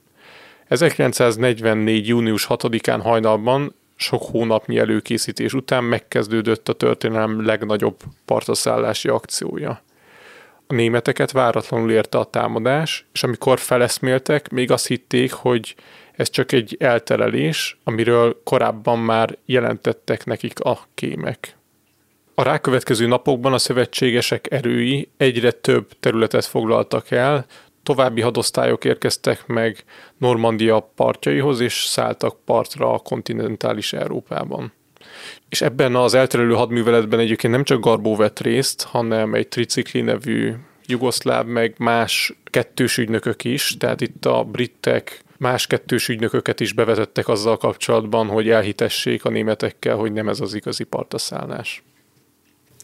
1944. június 6-án hajnalban, sok hónapnyi előkészítés után megkezdődött a történelem legnagyobb partraszállási akciója. A németeket váratlanul érte a támadás, és amikor feleszméltek, még azt hitték, hogy ez csak egy elterelés, amiről korábban már jelentettek nekik a kémek. A rákövetkező napokban a szövetségesek erői egyre több területet foglaltak el, további hadosztályok érkeztek meg Normandia partjaihoz, és szálltak partra a kontinentális Európában. És ebben az elterelő hadműveletben egyébként nem csak Garbó vett részt, hanem egy Tricikli nevű jugoszláv, meg más kettős ügynökök is, tehát itt a britek más kettős ügynököket is bevetettek azzal kapcsolatban, hogy elhitessék a németekkel, hogy nem ez az igazi partraszállás.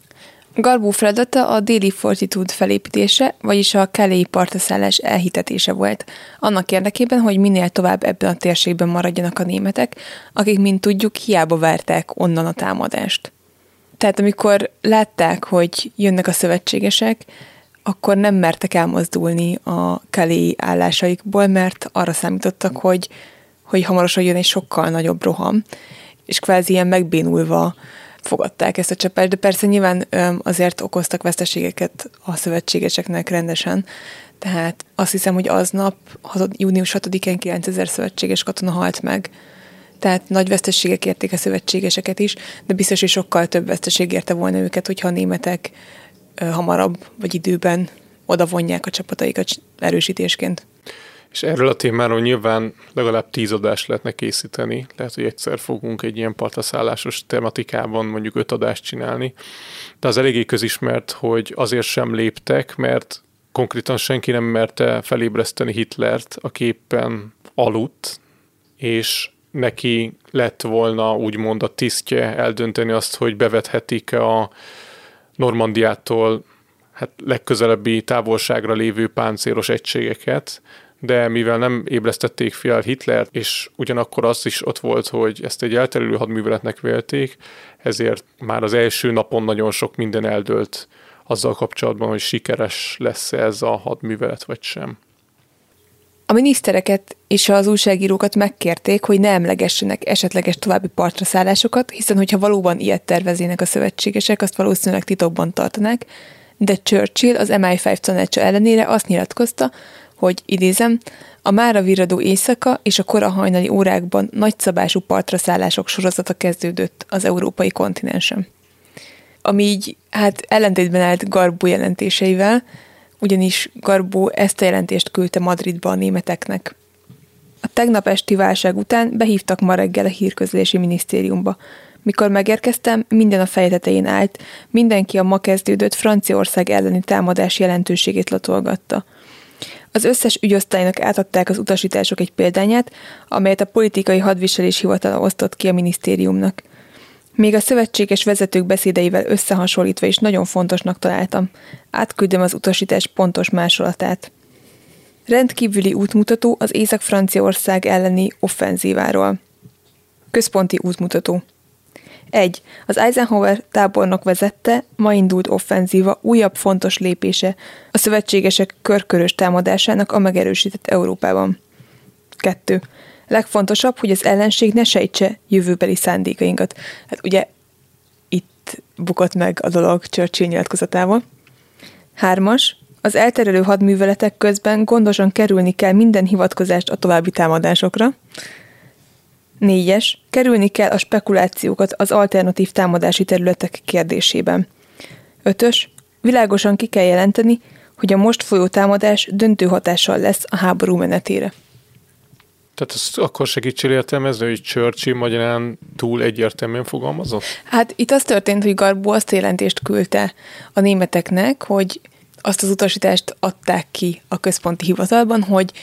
Garbó feladata a déli Fortitude felépítése, vagyis a Calais-i partraszállás elhitetése volt, annak érdekében, hogy minél tovább ebben a térségben maradjanak a németek, akik, mint tudjuk, hiába várták onnan a támadást. Tehát amikor látták, hogy jönnek a szövetségesek, akkor nem mertek elmozdulni a Calais-i állásaikból, mert arra számítottak, hogy hamarosan jön egy sokkal nagyobb roham, és kvázi ilyen megbénulva fogadták ezt a csapást, de persze nyilván azért okoztak veszteségeket a szövetségeseknek rendesen. Tehát azt hiszem, hogy aznap, június 6-án 9000 szövetséges katona halt meg. Tehát nagy veszteségek érték a szövetségeseket is, de biztos, hogy sokkal több veszteség érte volna őket, hogyha a németek hamarabb vagy időben oda vonják a csapataikat erősítésként. És erről a témáról nyilván legalább 10 adást lehetne készíteni. Lehet, hogy egyszer fogunk egy ilyen partraszállásos tematikában mondjuk 5 adást csinálni. De az eléggé közismert, hogy azért sem léptek, mert konkrétan senki nem merte felébreszteni Hitlert, aki éppen aludt, és neki lett volna úgymond a tisztje eldönteni azt, hogy bevethetik a Normandiától legközelebbi távolságra lévő páncélos egységeket, de mivel nem ébresztették fel Hitlert, és ugyanakkor az is ott volt, hogy ezt egy elterülő hadműveletnek vélték, ezért már az első napon nagyon sok minden eldőlt azzal kapcsolatban, hogy sikeres lesz ez a hadművelet, vagy sem. A minisztereket és az újságírókat megkérték, hogy ne emlegessenek esetleges további partraszállásokat, hiszen hogyha valóban ilyet terveznének a szövetségesek, azt valószínűleg titokban tartanák, de Churchill az MI5 tanácsa ellenére azt nyilatkozta, hogy idézem, a mára virradó éjszaka és a kora hajnali órákban nagyszabású partraszállások sorozata kezdődött az európai kontinensen. Ami így ellentétben állt Garbó jelentéseivel, ugyanis Garbó ezt a jelentést küldte Madridba a németeknek. A tegnap esti válság után behívtak ma reggel a hírközlési minisztériumba. Mikor megérkeztem, minden a feje tetején állt, mindenki a ma kezdődött Franciaország elleni támadás jelentőségét latolgatta. Az összes ügyosztálynak átadták az utasítások egy példányát, amelyet a politikai hadviselés hivatala osztott ki a minisztériumnak. Még a szövetséges vezetők beszédeivel összehasonlítva is nagyon fontosnak találtam. Átküldöm az utasítás pontos másolatát. Rendkívüli útmutató az Észak-Franciaország elleni offenzíváról. Központi útmutató. 1. Az Eisenhower tábornok vezette, ma indult offenzíva újabb fontos lépése a szövetségesek körkörös támadásának a megerősített Európában. 2. Legfontosabb, hogy az ellenség ne sejtse jövőbeli szándékainkat. Ugye itt bukott meg a dolog Churchill nyilatkozatával. 3. Az elterelő hadműveletek közben gondosan kerülni kell minden hivatkozást a további támadásokra. 4. Kerülni kell a spekulációkat az alternatív támadási területek kérdésében. 5. Világosan ki kell jelenteni, hogy a most folyó támadás döntő hatással lesz a háború menetére. Tehát ezt akkor segítsél értelmezni, hogy Churchill magyarán túl egyértelműen fogalmazott? Itt az történt, hogy Garbó azt a jelentést küldte a németeknek, hogy azt az utasítást adták ki a központi hivatalban, hogy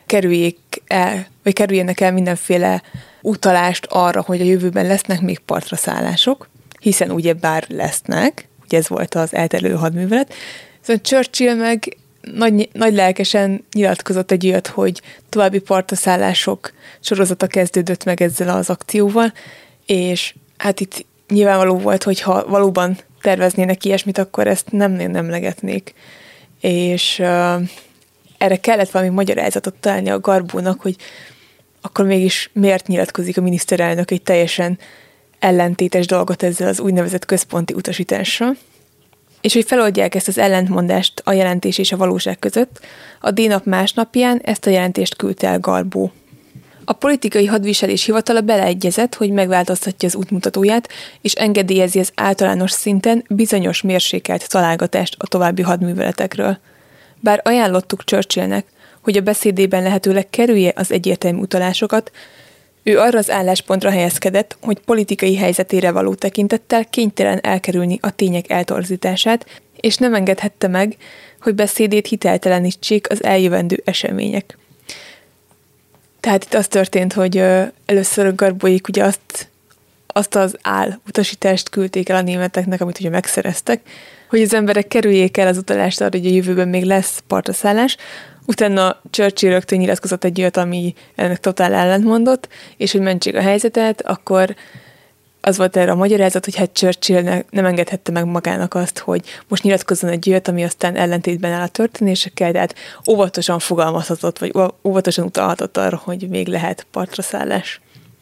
kerüljenek el mindenféle utalást arra, hogy a jövőben lesznek még partraszállások, hiszen ugyebár lesznek, ugye ez volt az elterelő hadművelet. Szóval Churchill meg nagy lelkesen nyilatkozott egy olyat, hogy további partraszállások sorozata kezdődött meg ezzel az akcióval, és itt nyilvánvaló volt, hogy ha valóban terveznének ilyesmit, akkor ezt nem emlegetnék. És erre kellett valami magyarázatot találni a Garbónak, hogy akkor mégis miért nyilatkozik a miniszterelnök egy teljesen ellentétes dolgot ezzel az úgynevezett központi utasítással. És hogy feloldják ezt az ellentmondást a jelentés és a valóság között, a D-nap másnapján ezt a jelentést küldte el Garbó. A politikai hadviselés hivatala beleegyezett, hogy megváltoztatja az útmutatóját, és engedélyezi az általános szinten bizonyos mérsékelt találgatást a további hadműveletekről. Bár ajánlottuk Churchillnek, hogy a beszédében lehetőleg kerülje az egyértelmű utalásokat, ő arra az álláspontra helyezkedett, hogy politikai helyzetére való tekintettel kénytelen elkerülni a tények eltorzítását, és nem engedhette meg, hogy beszédét hiteltelenítsék az eljövendő események. Tehát itt az történt, hogy először a Garbóik ugye azt az utasítást küldték el a németeknek, amit ugye megszereztek, hogy az emberek kerüljék el az utalást arra, hogy a jövőben még lesz partraszállás. Utána Churchill rögtön nyilatkozott egy olyat, ami ennek totál ellentmondott, és hogy mentsék a helyzetet, akkor az volt erre a magyarázat, hogy hát Churchill nem engedhette meg magának azt, hogy most nyilatkozzon egy olyat, ami aztán ellentétben áll a történésekkel, tehát óvatosan fogalmazhatott, vagy óvatosan utalhatott arra, hogy még lehet partraszállás.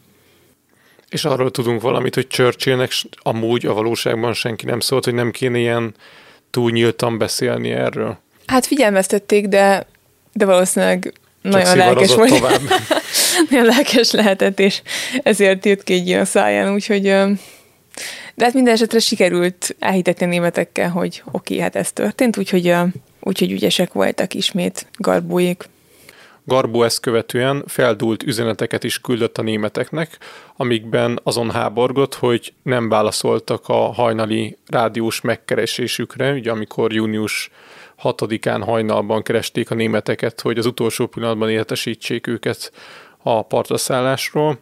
És arról tudunk valamit, hogy Churchillnek amúgy a valóságban senki nem szólt, hogy nem kéne ilyen túl nyíltan beszélni erről. Hát figyelmeztették, de valószínűleg nagyon lelkes volt. Nagyon lelkes lehetett, és ezért jött ki egy ilyen száján, úgyhogy... De hát minden esetre sikerült elhitetni a németekkel, hogy oké, hát ez történt, úgyhogy ügyesek voltak ismét Garbóék. Garbó ezt követően feldúlt üzeneteket is küldött a németeknek, amikben azon háborgott, hogy nem válaszoltak a hajnali rádiós megkeresésükre, ugye amikor június 6-án hajnalban keresték a németeket, hogy az utolsó pillanatban értesítsék őket a partraszállásról,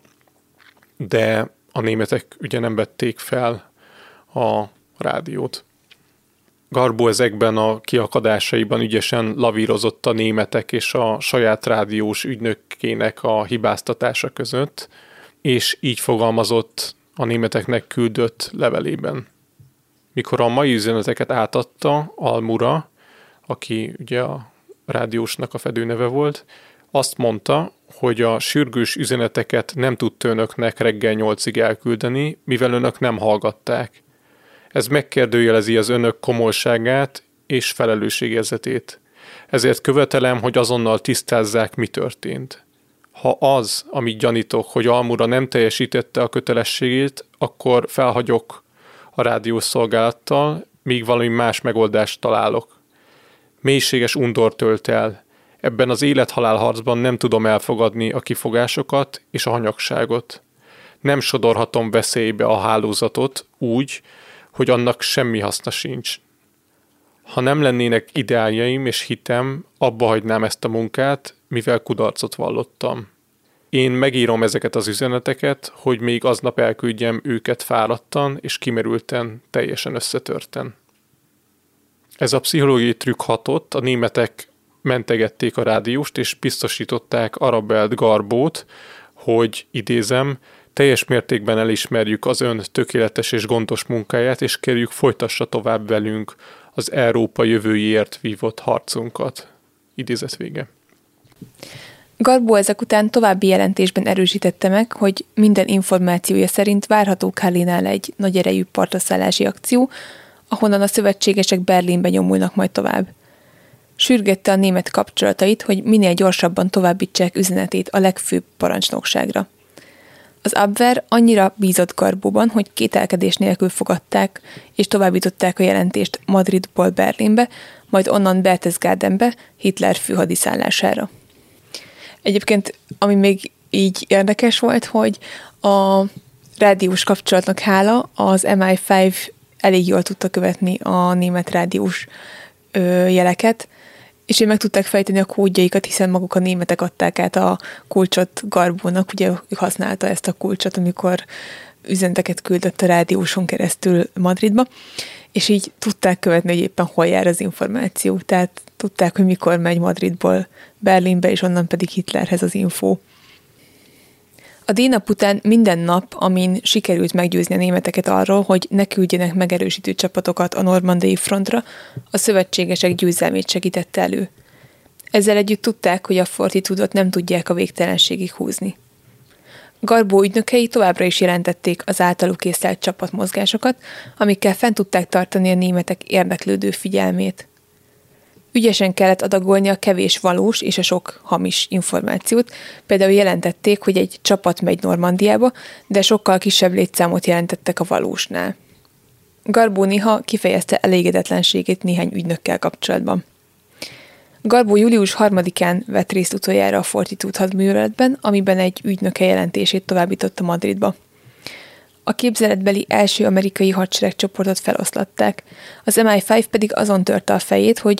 de a németek ugye nem vették fel a rádiót. Garbó ezekben a kiakadásaiban ügyesen lavírozott a németek és a saját rádiós ügynökének a hibáztatása között, és így fogalmazott a németeknek küldött levelében. Mikor a mai üzeneteket átadta Almura, aki ugye a rádiósnak a fedőneve volt, azt mondta, hogy a sürgős üzeneteket nem tudta önöknek reggel 8-ig elküldeni, mivel önök nem hallgatták. Ez megkérdőjelezi az önök komolyságát és felelősségérzetét. Ezért követelem, hogy azonnal tisztázzák, mi történt. Ha az, amit gyanítok, hogy Almura nem teljesítette a kötelességét, akkor felhagyok a rádiószolgálattal, míg valami más megoldást találok. Mélységes undor tölt el. Ebben az élet-halál harcban nem tudom elfogadni a kifogásokat és a hanyagságot. Nem sodorhatom veszélybe a hálózatot úgy, hogy annak semmi haszna sincs. Ha nem lennének ideáljaim és hitem, abba hagynám ezt a munkát, mivel kudarcot vallottam. Én megírom ezeket az üzeneteket, hogy még aznap elküldjem őket fáradtan és kimerülten, teljesen összetörten. Ez a pszichológiai trükk hatott, a németek mentegették a rádióst, és biztosították Arabelt Garbót, hogy, idézem, teljes mértékben elismerjük az ön tökéletes és gondos munkáját, és kérjük, folytassa tovább velünk az Európa jövőjéért vívott harcunkat. Idézet vége. Garbó ezek után további jelentésben erősítette meg, hogy minden információja szerint várható Kallinál egy nagy erejű partraszállási akció, ahonnan a szövetségesek Berlinbe nyomulnak majd tovább. Sürgette a német kapcsolatait, hogy minél gyorsabban továbbítsák üzenetét a legfőbb parancsnokságra. Az Abwehr annyira bízott Garbóban, hogy kételkedés nélkül fogadták, és továbbították a jelentést Madridból Berlinbe, majd onnan Berchtesgadenbe, Hitler főhadiszállására. Egyébként, ami még így érdekes volt, hogy a rádiós kapcsolatnak hála az MI5 elég jól tudta követni a német rádiós jeleket, és meg tudták fejteni a kódjaikat, hiszen maguk a németek adták át a kulcsot Garbónak, ugye ő használta ezt a kulcsot, amikor üzeneteket küldött a rádióson keresztül Madridba, és így tudták követni, hogy éppen hol jár az információ, tehát tudták, hogy mikor megy Madridból Berlinbe, és onnan pedig Hitlerhez az info. A D-nap után minden nap, amin sikerült meggyőzni a németeket arról, hogy ne küldjenek megerősítő csapatokat a normandiai frontra, a szövetségesek győzelmét segítette elő. Ezzel együtt tudták, hogy a Fortitude-ot nem tudják a végtelenségig húzni. Garbó ügynökei továbbra is jelentették az általuk észlelt csapatmozgásokat, amikkel fent tudták tartani a németek érdeklődő figyelmét. Ügyesen kellett adagolni a kevés valós és a sok hamis információt, például jelentették, hogy egy csapat megy Normandiába, de sokkal kisebb létszámot jelentettek a valósnál. Garbó néha kifejezte elégedetlenségét néhány ügynökkel kapcsolatban. Garbó július 3-án vett részt utoljára a Fortitude hadműveletben, amiben egy ügynöke jelentését továbbította Madridba. A képzeletbeli első amerikai hadseregcsoportot feloszlatták, az MI5 pedig azon törte a fejét, hogy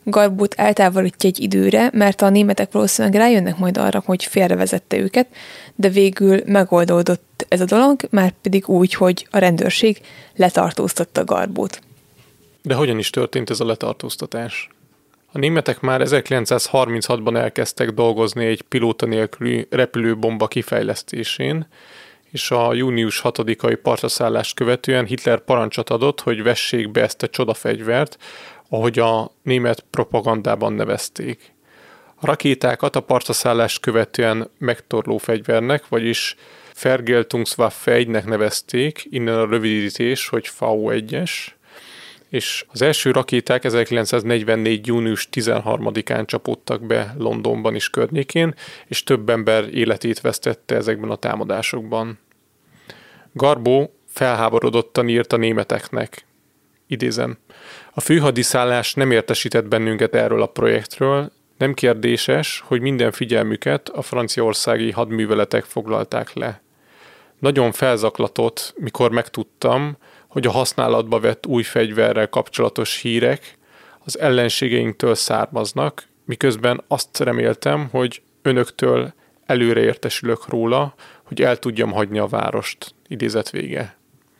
Garbót eltávolítja egy időre, mert a németek valószínűleg rájönnek majd arra, hogy félrevezette őket, de végül megoldódott ez a dolog, már pedig úgy, hogy a rendőrség letartóztatta Garbót. De hogyan is történt ez a letartóztatás? A németek már 1936-ban elkezdtek dolgozni egy pilóta nélküli repülőbomba kifejlesztésén, és a június 6-ai partraszállást követően Hitler parancsot adott, hogy vessék be ezt a csodafegyvert, ahogy a német propagandában nevezték. A rakétákat a partraszállást követően megtorló fegyvernek, vagyis Vergeltungswaffe 1-nek nevezték, innen a rövidítés, hogy V1-es, és az első rakéták 1944. június 13-án csapódtak be Londonban is környékén, és több ember életét vesztette ezekben a támadásokban. Garbó felháborodottan írt a németeknek. Idézem. A főhadiszállás nem értesített bennünket erről a projektről, nem kérdéses, hogy minden figyelmüket a franciaországi hadműveletek foglalták le. Nagyon felzaklatott, mikor megtudtam, hogy a használatba vett új fegyverrel kapcsolatos hírek az ellenségeinktől származnak, miközben azt reméltem, hogy önöktől előre értesülök róla, hogy el tudjam hagyni a várost. Idézet vége.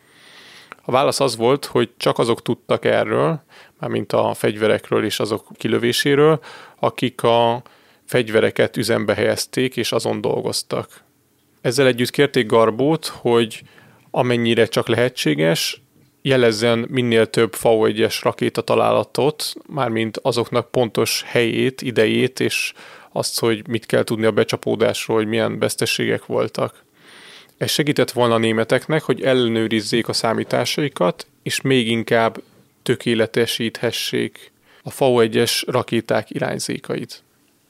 A válasz az volt, hogy csak azok tudtak erről, mármint a fegyverekről és azok kilövéséről, akik a fegyvereket üzembe helyezték és azon dolgoztak. Ezzel együtt kérték Garbót, hogy amennyire csak lehetséges, jelezzen minél több V1-es rakétatalálatot, mármint azoknak pontos helyét, idejét, és azt, hogy mit kell tudni a becsapódásról, hogy milyen veszteségek voltak. Ez segített volna a németeknek, hogy ellenőrizzék a számításaikat, és még inkább tökéletesíthessék a V1-es rakéták irányzékait.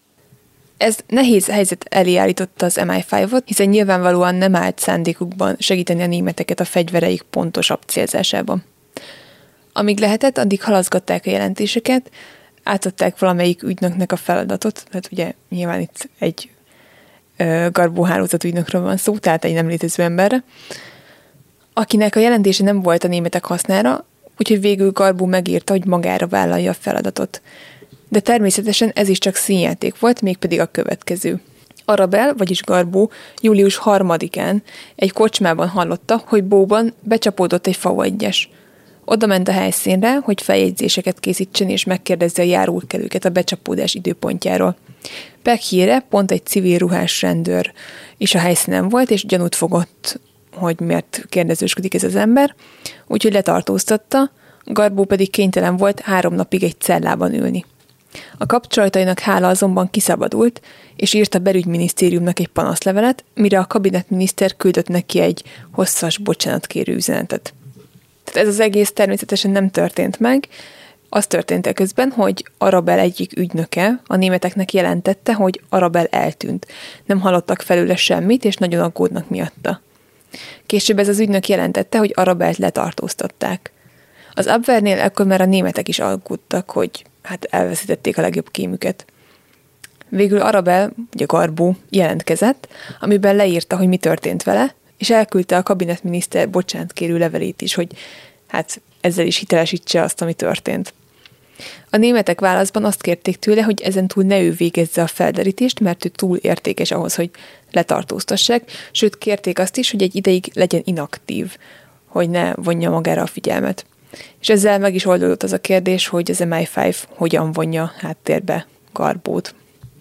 Ez nehéz helyzet elé állította az MI5-ot, hiszen nyilvánvalóan nem állt szándékukban segíteni a németeket a fegyvereik pontosabb célzásában. Amíg lehetett, addig halaszgatták a jelentéseket, átadták valamelyik ügynöknek a feladatot, tehát ugye nyilván itt egy Garbó hálózatügynökről van szó, tehát egy nem létező emberre, akinek a jelentése nem volt a németek hasznára, úgyhogy végül Garbó megírta, hogy magára vállalja a feladatot. De természetesen ez is csak színjáték volt, mégpedig a következő. Arabel, vagyis Garbó július 3-án egy kocsmában hallotta, hogy Bóban becsapódott egy V1-es. Oda ment a helyszínre, hogy feljegyzéseket készítsen és megkérdezze a járókelőket a becsapódás időpontjáról. Peck híre pont egy civil ruhás rendőr is a helyszínen volt, és gyanút fogott, hogy miért kérdezősködik ez az ember, úgyhogy letartóztatta, Garbó pedig kénytelen volt 3 napig egy cellában ülni. A kapcsolatainak hála azonban kiszabadult, és írt a belügyminisztériumnak egy panaszlevelet, mire a kabinetminiszter küldött neki egy hosszas bocsánatkérő üzenetet. Tehát ez az egész természetesen nem történt meg. Az történt eközben, hogy Arabel egyik ügynöke a németeknek jelentette, hogy Arabel eltűnt. Nem hallottak felőle semmit, és nagyon aggódnak miatta. Később ez az ügynök jelentette, hogy Arabelt letartóztatták. Az Abwehrnél ekkor már a németek is aggódtak, hogy elveszítették a legjobb kémüket. Végül Arabel, ugye Garbó, jelentkezett, amiben leírta, hogy mi történt vele, és elküldte a kabinetminiszter bocsánatkérő levelét is, hogy ezzel is hitelesítse azt, ami történt. A németek válaszban azt kérték tőle, hogy ezentúl ne ő végezze a felderítést, mert ő túl értékes ahhoz, hogy letartóztassák, sőt kérték azt is, hogy egy ideig legyen inaktív, hogy ne vonja magára a figyelmet. És ezzel meg is oldódott az a kérdés, hogy az MI5 hogyan vonja háttérbe Garbót.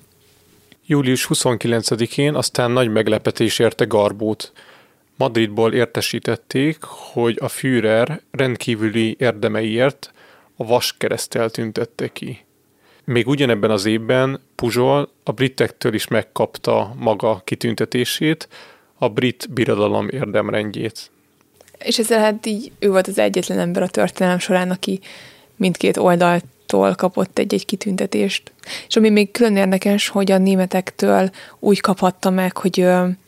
Július 29-én aztán nagy meglepetés érte Garbót. Madridból értesítették, hogy a Führer rendkívüli érdemeiért a vaskereszttel tüntette ki. Még ugyanebben az évben Puzsol a britektől is megkapta maga kitüntetését, a brit birodalom érdemrendjét. És ezzel így ő volt az egyetlen ember a történelem során, aki mindkét oldaltól kapott egy-egy kitüntetést. És ami még külön érdekes, hogy a németektől úgy kaphatta meg, hogy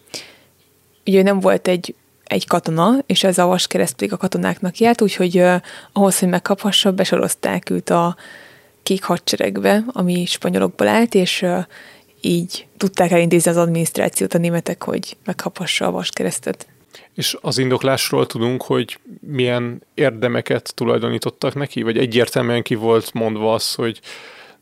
ugye nem volt egy katona, és ez a vaskereszt pedig a katonáknak járt, úgyhogy ahhoz, hogy megkaphassa, besorozták őt a kék hadseregbe, ami spanyolokból állt, és így tudták elintézni az adminisztrációt a németek, hogy megkaphassa a vaskeresztet. És az indoklásról tudunk, hogy milyen érdemeket tulajdonítottak neki? Vagy egyértelműen ki volt mondva az, hogy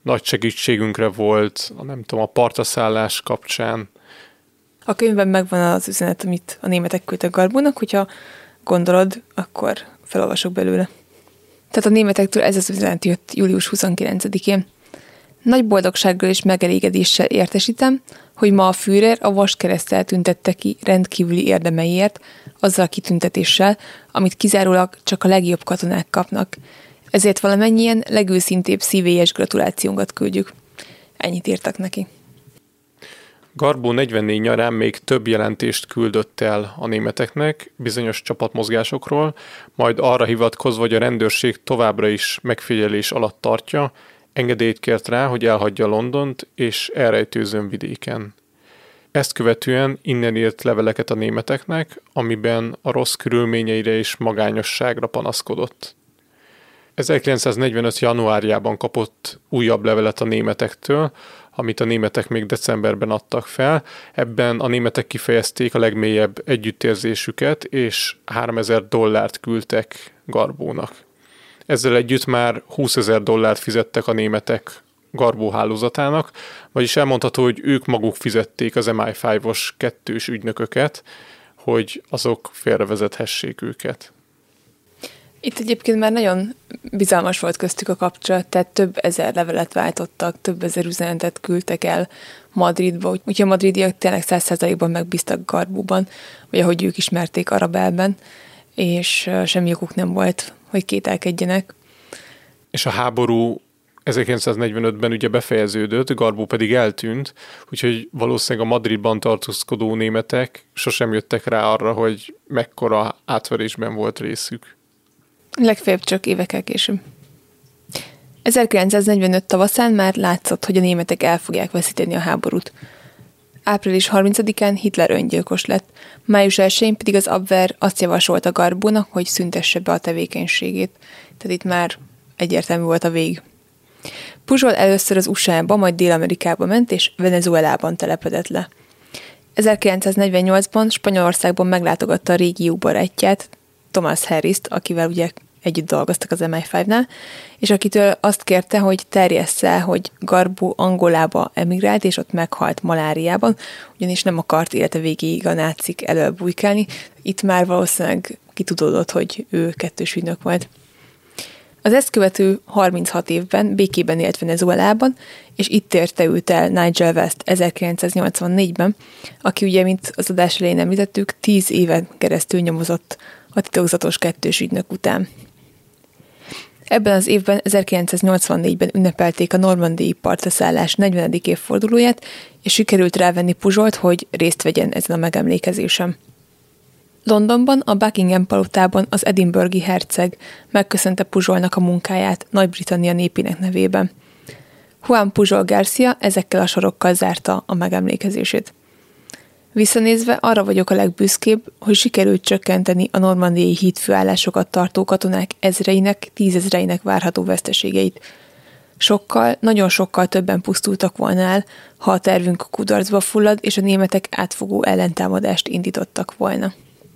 nagy segítségünkre volt, nem tudom, a partraszállás kapcsán. A könyvben megvan az üzenet, amit a németek küldtek Garbónak, hogyha gondolod, akkor felolvasok belőle. Tehát a németektől ez az üzenet jött július 29-én. Nagy boldogsággal és megelégedéssel értesítem, hogy ma a Führer a vaskereszttel tüntette ki rendkívüli érdemeiért, azzal a kitüntetéssel, amit kizárólag csak a legjobb katonák kapnak. Ezért valamennyien legőszintébb szívélyes gratulációnkat küldjük. Ennyit írtak neki. Garbó 44 nyarán még több jelentést küldött el a németeknek bizonyos csapatmozgásokról, majd arra hivatkozva, hogy a rendőrség továbbra is megfigyelés alatt tartja, engedélyt kért rá, hogy elhagyja Londont és elrejtőzön vidéken. Ezt követően innen írt leveleket a németeknek, amiben a rossz körülményeire és magányosságra panaszkodott. 1945. januárjában kapott újabb levelet a németektől, amit a németek még decemberben adtak fel. Ebben a németek kifejezték a legmélyebb együttérzésüket, és $3000 küldtek Garbónak. Ezzel együtt már $20,000 fizettek a németek Garbó hálózatának, vagyis elmondható, hogy ők maguk fizették az MI5-os kettős ügynököket, hogy azok félrevezethessék őket. Itt egyébként már nagyon bizalmas volt köztük a kapcsolat, tehát több ezer levelet váltottak, több ezer üzenetet küldtek el Madridba, úgyhogy a madridiak tényleg 100%-ban megbíztak Garbóban, vagy ahogy ők ismerték Arabelben, és semmi okuk nem volt, hogy kételkedjenek. És a háború 1945-ben ugye befejeződött, Garbó pedig eltűnt, úgyhogy valószínűleg a Madridban tartózkodó németek sosem jöttek rá arra, hogy mekkora átverésben volt részük. Legfeljebb csak évekkel később. 1945 tavaszán már látszott, hogy a németek el fogják veszíteni a háborút. Április 30-án Hitler öngyilkos lett, május 1-én pedig az Abwehr azt javasolta Garbónak, hogy szüntesse be a tevékenységét. Tehát itt már egyértelmű volt a vég. Pujol először az USA-ba, majd Dél-Amerikába ment, és Venezuelában telepedett le. 1948-ban Spanyolországban meglátogatta a régió barátját, Thomas Harrist, akivel ugye együtt dolgoztak az MI5-nál, és akitől azt kérte, hogy terjessze el, hogy Garbó Angolába emigrált, és ott meghalt maláriában, ugyanis nem akart élete végéig a nácik elől bujkálni. Itt már valószínűleg kitudódott, hogy ő kettős ügynök volt. Az ezt követő 36 évben békében élt Venezuelában, és itt érte őt el Nigel West 1984-ben, aki ugye, mint az adás elején említettük, 10 éven keresztül nyomozott a titokzatos kettős ügynök után. Ebben az évben, 1984-ben ünnepelték a normandiai partraszállás 40. évfordulóját, és sikerült rávenni Pujolt, hogy részt vegyen ezen a megemlékezésen. Londonban, a Buckingham palotában az edinburghi herceg megköszönte Pujolnak a munkáját Nagy-Britannia népének nevében. Juan Pujol Garcia ezekkel a sorokkal zárta a megemlékezését. Visszanézve arra vagyok a legbüszkébb, hogy sikerült csökkenteni a normandiai hídfőállásokat tartó katonák ezreinek, 10 000-einek várható veszteségeit. Nagyon sokkal többen pusztultak volna el, ha a tervünk kudarcba fullad, és a németek átfogó ellentámadást indítottak volna.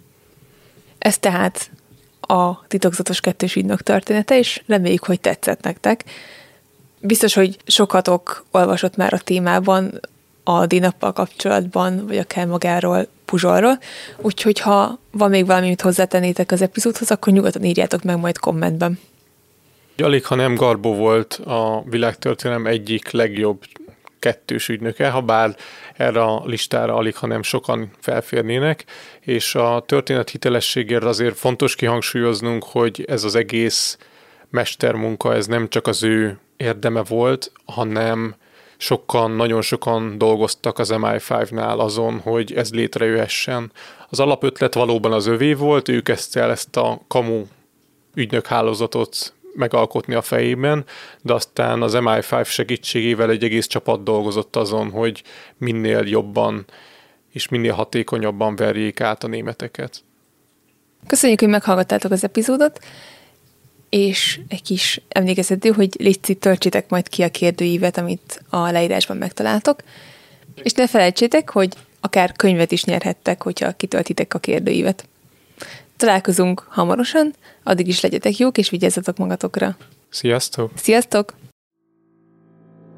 Ez tehát a titokzatos kettős ügynök története, és reméljük, hogy tetszett nektek. Biztos, hogy sokatok olvasott már a témában, a D-nappal kapcsolatban, vagy akár magáról, Pujolról, úgyhogy ha van még valami, amit hozzátennétek az epizódhoz, akkor nyugodtan írjátok meg majd kommentben. Alig, ha nem Garbó volt a világtörténelem egyik legjobb kettős ügynöke, ha bár erre a listára alig, ha nem sokan felférnének, és a történet hitelességért azért fontos kihangsúlyoznunk, hogy ez az egész mestermunka, ez nem csak az ő érdeme volt, hanem nagyon sokan dolgoztak az MI5-nál azon, hogy ez létrejöhessen. Az alapötlet valóban az övé volt, ő kezdte el ezt a kamu ügynök hálózatot megalkotni a fejében, de aztán az MI5 segítségével egy egész csapat dolgozott azon, hogy minél jobban és minél hatékonyabban verjék át a németeket. Köszönjük, hogy meghallgattátok az epizódot, és egy kis emlékezető, hogy légy töltsétek majd ki a kérdőívet, amit a leírásban megtaláltok, és ne felejtsétek, hogy akár könyvet is nyerhettek, hogyha kitöltitek a kérdőívet. Találkozunk hamarosan, addig is legyetek jók, és vigyázzatok magatokra. Sziasztok! Sziasztok!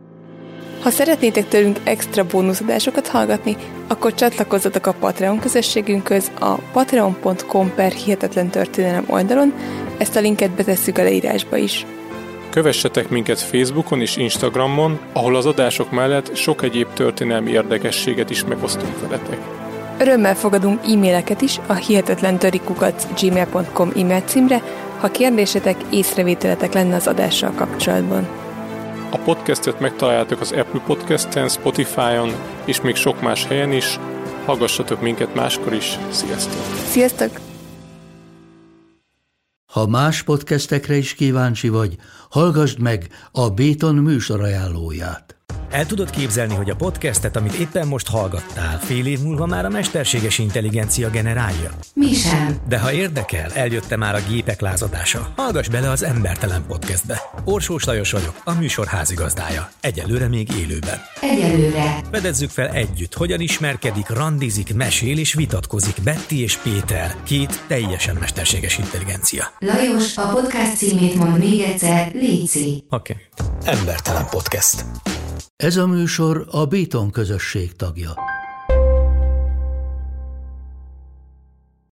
Ha szeretnétek tőlünk extra bónuszadásokat hallgatni, akkor csatlakozzatok a Patreon közösségünkhöz a patreon.com/hihetetlentörténelem oldalon, ezt a linket betesszük a leírásba is. Kövessetek minket Facebookon és Instagramon, ahol az adások mellett sok egyéb történelmi érdekességet is megosztunk veletek. Örömmel fogadunk e-maileket is a hihetetlentörikukac@gmail.com e-mail címre, ha kérdésetek, észrevételetek lenne az adással kapcsolatban. A podcastet megtaláljátok az Apple Podcast-en, Spotify-on és még sok más helyen is. Hallgassatok minket máskor is. Sziasztok! Sziasztok! Ha más podcastekre is kíváncsi vagy, hallgassd meg a Béton műsor ajánlóját. El tudod képzelni, hogy a podcastet, amit éppen most hallgattál, fél év múlva már a mesterséges intelligencia generálja? Mi sem. De ha érdekel, eljött már a gépek lázadása. Hallgass bele az Embertelen Podcastbe. Orsós Lajos vagyok, a műsor házigazdája. Egyelőre még élőben. Egyelőre. Fedezzük fel együtt, hogyan ismerkedik, randizik, mesél és vitatkozik Betty és Péter, két teljesen mesterséges intelligencia. Lajos, a podcast címét mond még egyszer, léci. Oké. Embertelen Podcast. Ez a műsor a Béton közösség tagja.